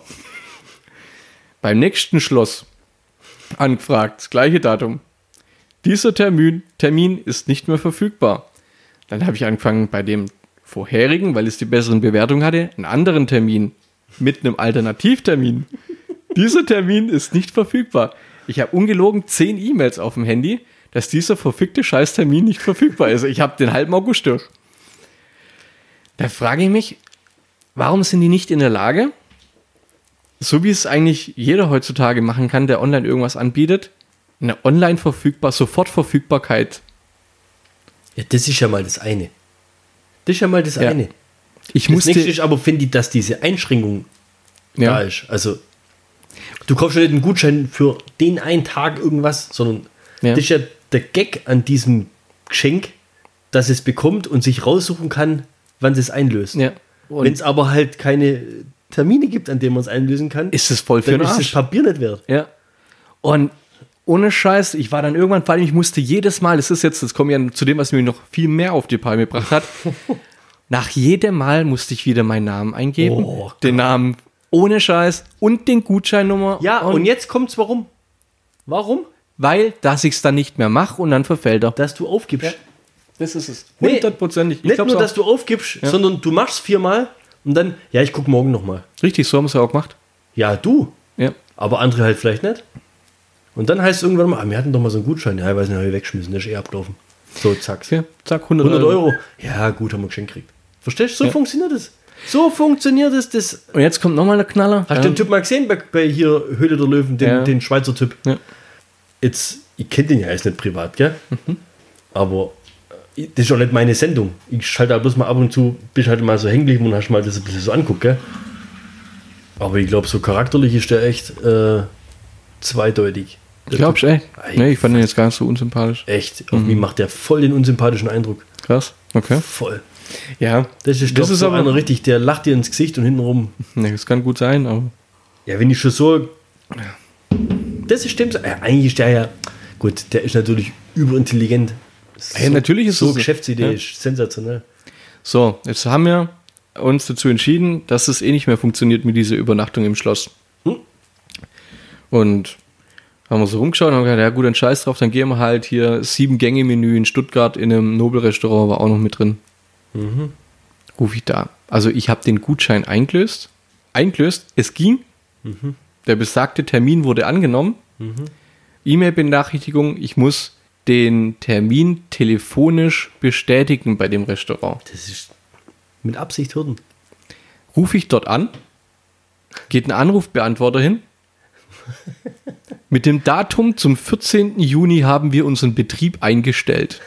Beim nächsten Schloss angefragt, das gleiche Datum. Dieser Termin, Termin ist nicht mehr verfügbar. Dann habe ich angefangen bei dem vorherigen, weil es die besseren Bewertungen hatte, einen anderen Termin mit einem Alternativtermin. Dieser Termin ist nicht verfügbar. Ich habe ungelogen zehn E-Mails auf dem Handy, dass dieser verfickte Scheißtermin nicht verfügbar ist. Ich habe den halben August durch. Da frage ich mich, warum sind die nicht in der Lage, so wie es eigentlich jeder heutzutage machen kann, der online irgendwas anbietet, eine online verfügbar, Sofortverfügbarkeit. Ja, das ist ja mal das eine. Das ist ja mal das Ja. eine. Ich Das musste, nächste ist aber, finde ich, dass diese Einschränkung Ja. da ist. Also, du kaufst ja nicht einen Gutschein für den einen Tag irgendwas, sondern Ja. das ist ja der Gag an diesem Geschenk, dass es bekommt und sich raussuchen kann, wann es einlöst. ja. Wenn Und es aber halt keine Termine gibt, an denen man es einlösen kann, ist es voll für dann den ist das Arsch. Papier nicht wert. Ja. Und ohne Scheiß, ich war dann irgendwann, vor allem ich musste jedes Mal, das ist jetzt, das kommt ja zu dem, was mir noch viel mehr auf die Palme gebracht hat, nach jedem Mal musste ich wieder meinen Namen eingeben, Oh, den Namen ohne Scheiß und den Gutscheinnummer. Ja, und, und jetzt kommt's, warum? Warum? Weil, dass ich es dann nicht mehr mache und dann verfällt er. Dass du aufgibst. Ja. Das ist es. Nee, Hundertprozentig. Ich Nicht glaub's nur, auch. dass du aufgibst, Ja. sondern du machst viermal und dann, ja, ich guck morgen nochmal. Richtig, so haben wir es ja auch gemacht. Ja, du. Ja. Aber andere halt vielleicht nicht. Und dann heißt es irgendwann mal, ah, wir hatten doch mal so einen Gutschein. Ja, ich weiß nicht, habe ich weggeschmissen, der ist eh abgelaufen. So, zack. Okay, zack, hundert, hundert Euro. Euro. Ja, gut, haben wir geschenkt gekriegt. Verstehst du? So Ja. funktioniert das. So funktioniert es. Das. Und jetzt kommt nochmal der Knaller. Hast du den Typ mal gesehen bei, bei hier Höhle der Löwen, den, Ja. den Schweizer Typ? Ja. Jetzt, ich kenne den ja jetzt nicht privat, gell? Mhm. Aber äh, das ist auch nicht meine Sendung. Ich schalte da bloß mal ab und zu, bist halt mal so hängen geblieben und hast mal das ein bisschen so anguckt, gell? Aber ich glaube, so charakterlich ist der echt äh, zweideutig. Der Glaubst du, Typ. ey? Nee, ich fand den jetzt gar nicht so unsympathisch. Echt, auf mich macht der voll den unsympathischen Eindruck. Krass, okay. Voll. Ja, Das ist, Das das ist ist so aber- einer richtig, der lacht dir ins Gesicht und hintenrum. nee, das kann gut sein, aber Ja, wenn ich schon so. Das ist stimmt. Ja, eigentlich ist der ja. Gut, der ist natürlich überintelligent. Hey, natürlich ist so es so. Geschäftsidee Ja. ist sensationell. so, jetzt haben wir uns dazu entschieden, dass es eh nicht mehr funktioniert mit dieser Übernachtung im Schloss. Hm? Und haben wir so rumgeschaut und haben gesagt, ja gut, dann scheiß drauf, dann gehen wir halt hier Sieben-Gänge-Menü in Stuttgart in einem Nobelrestaurant, war auch noch mit drin. Mhm. Ruf ich da. Also ich habe den Gutschein eingelöst. Eingelöst, es ging. Mhm. Der besagte Termin wurde angenommen. E-Mail-Benachrichtigung, ich muss den Termin telefonisch bestätigen bei dem Restaurant. Das ist mit Absicht Hürden. Rufe ich dort an, geht ein Anrufbeantworter hin. Mit dem Datum zum vierzehnten Juni haben wir unseren Betrieb eingestellt.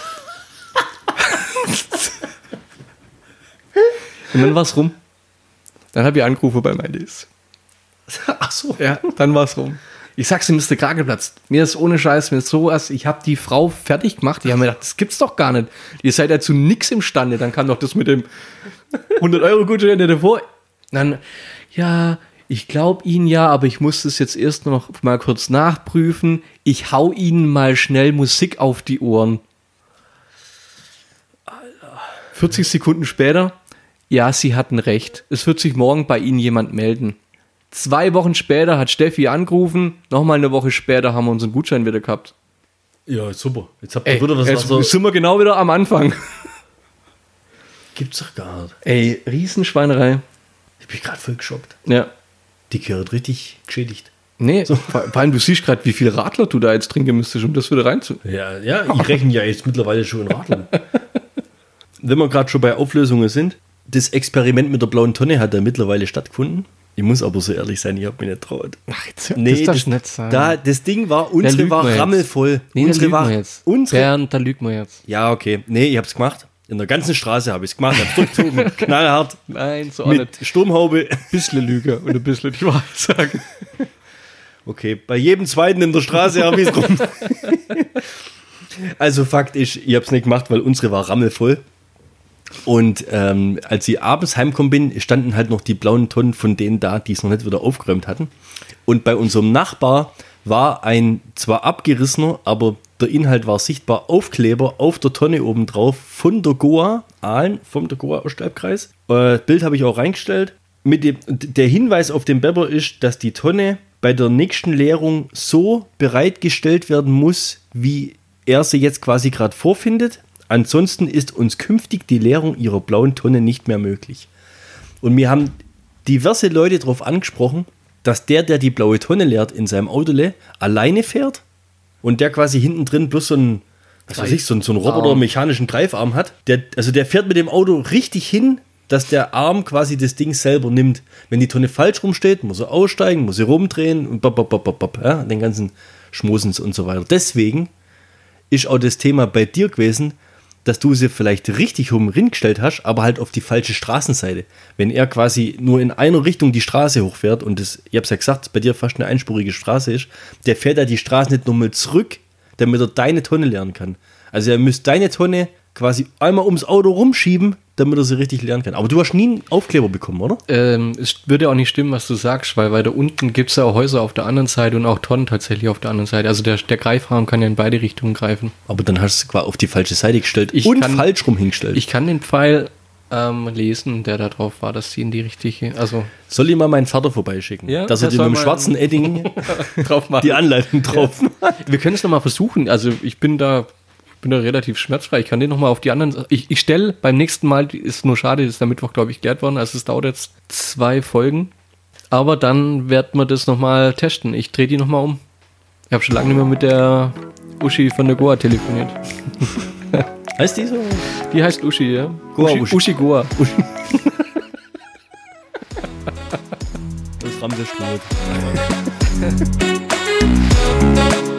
Und dann war's rum. Dann habe ich angerufen bei Mindis. Ach so. Ja, dann war's rum. Ich sag's ihm, Mister Krageplatz. Mir ist ohne Scheiß, mir ist sowas, ich habe die Frau fertig gemacht. Die haben mir gedacht, das gibt's doch gar nicht. Ihr seid ja zu nix imstande. Dann kam doch das mit dem hundert-Euro-Gutschein davor. Dann, ja, ich glaube Ihnen ja, aber ich muss das jetzt erst noch mal kurz nachprüfen. Ich hau Ihnen mal schnell Musik auf die Ohren. vierzig Sekunden später, ja, Sie hatten recht. Es wird sich morgen bei Ihnen jemand melden. Zwei Wochen später hat Steffi angerufen. Nochmal eine Woche später haben wir unseren Gutschein wieder gehabt. Ja, super. Jetzt habt ihr Ey, wieder was, jetzt was so. sind wir genau wieder am Anfang. Gibt's doch gar nicht. Ey, Riesenschweinerei. Ich bin gerade voll geschockt. Ja. Die gehört richtig geschädigt. Nee, vor, vor allem du siehst gerade, wie viel Radler du da jetzt trinken müsstest, um das wieder reinzu... Ja, ja, ich rechne ja jetzt mittlerweile schon in Radlern. Wenn wir gerade schon bei Auflösungen sind, das Experiment mit der blauen Tonne hat ja mittlerweile stattgefunden. Ich muss aber so ehrlich sein, ich habe mich nicht traut. Ach, jetzt Nee, das das, darfst du nicht sagen. da, das Ding war, Da unsere lügt war man jetzt. rammelvoll. nee, unsere da war, lügen wir jetzt. unsere, Bernd, da lügen wir jetzt. ja, okay. Nee, ich hab's gemacht. In der ganzen Straße habe ich es gemacht. Ich hab's durchgezogen. Knallhart. Nein, so auch Mit nicht. Sturmhaube. Ein bisschen Lüge und ein bisschen die Wahrheit sagen. Okay, bei jedem zweiten in der Straße habe ich es rum. Also Fakt ist, ich habe es nicht gemacht, weil unsere war rammelvoll. Und ähm, als ich abends heimgekommen bin, standen halt noch die blauen Tonnen von denen da, die es noch nicht wieder aufgeräumt hatten. Und bei unserem Nachbar war ein zwar abgerissener, aber der Inhalt war sichtbar, Aufkleber auf der Tonne oben drauf von der Goa, Aalen, vom der Goa Ostalbkreis. Äh, Bild habe ich auch reingestellt. Mit dem, der Hinweis auf dem Bepper ist, dass die Tonne bei der nächsten Leerung so bereitgestellt werden muss, wie er sie jetzt quasi gerade vorfindet. Ansonsten ist uns künftig die Leerung ihrer blauen Tonne nicht mehr möglich. Und wir haben diverse Leute darauf angesprochen, dass der, der die blaue Tonne leert, in seinem Autole alleine fährt und der quasi hinten drin bloß so einen, was weiß ich, so einen, so einen Roboter mechanischen Greifarm hat. Der, also der fährt mit dem Auto richtig hin, dass der Arm quasi das Ding selber nimmt. Wenn die Tonne falsch rumsteht, muss er aussteigen, muss er rumdrehen und bop, bop, bop, bop, bop, ja, den ganzen Schmusens und so weiter. Deswegen ist auch das Thema bei dir gewesen, dass du sie vielleicht richtig rum gestellt hast, aber halt auf die falsche Straßenseite. Wenn er quasi nur in einer Richtung die Straße hochfährt und das, ich hab's ja gesagt, bei dir fast eine einspurige Straße ist, der fährt ja die Straße nicht nochmal zurück, damit er deine Tonne leeren kann. Also er müsste deine Tonne quasi einmal ums Auto rumschieben, damit er sie richtig lernen kann. Aber du hast nie einen Aufkleber bekommen, oder? Ähm, es würde auch nicht stimmen, was du sagst, weil weiter unten gibt es ja auch Häuser auf der anderen Seite und auch Tonnen tatsächlich auf der anderen Seite. Also der, der Greifrahmen kann ja in beide Richtungen greifen. Aber dann hast du es quasi auf die falsche Seite gestellt Ich und kann- falsch rum hingestellt. Ich kann den Pfeil ähm, lesen, der da drauf war, dass sie in die richtige, also Soll ich mal meinen Vater vorbeischicken? Ja, dass er der dir soll mit dem mal- schwarzen Edding drauf machen. die Anleitung drauf macht. Wir können es nochmal versuchen. Also ich bin da, ich bin da relativ schmerzfrei. Ich kann den nochmal auf die anderen. Ich, ich stelle beim nächsten Mal, ist nur schade, ist der Mittwoch, glaube ich, geklärt worden. Also es dauert jetzt zwei Folgen. Aber dann werden wir das nochmal testen. Ich drehe die nochmal um. Ich habe schon lange nicht mehr mit der Uschi von der Goa telefoniert. Heißt die so? Die heißt Uschi, ja. Goa Uschi, Uschi. Uschi Goa. Das Ramsesstrut.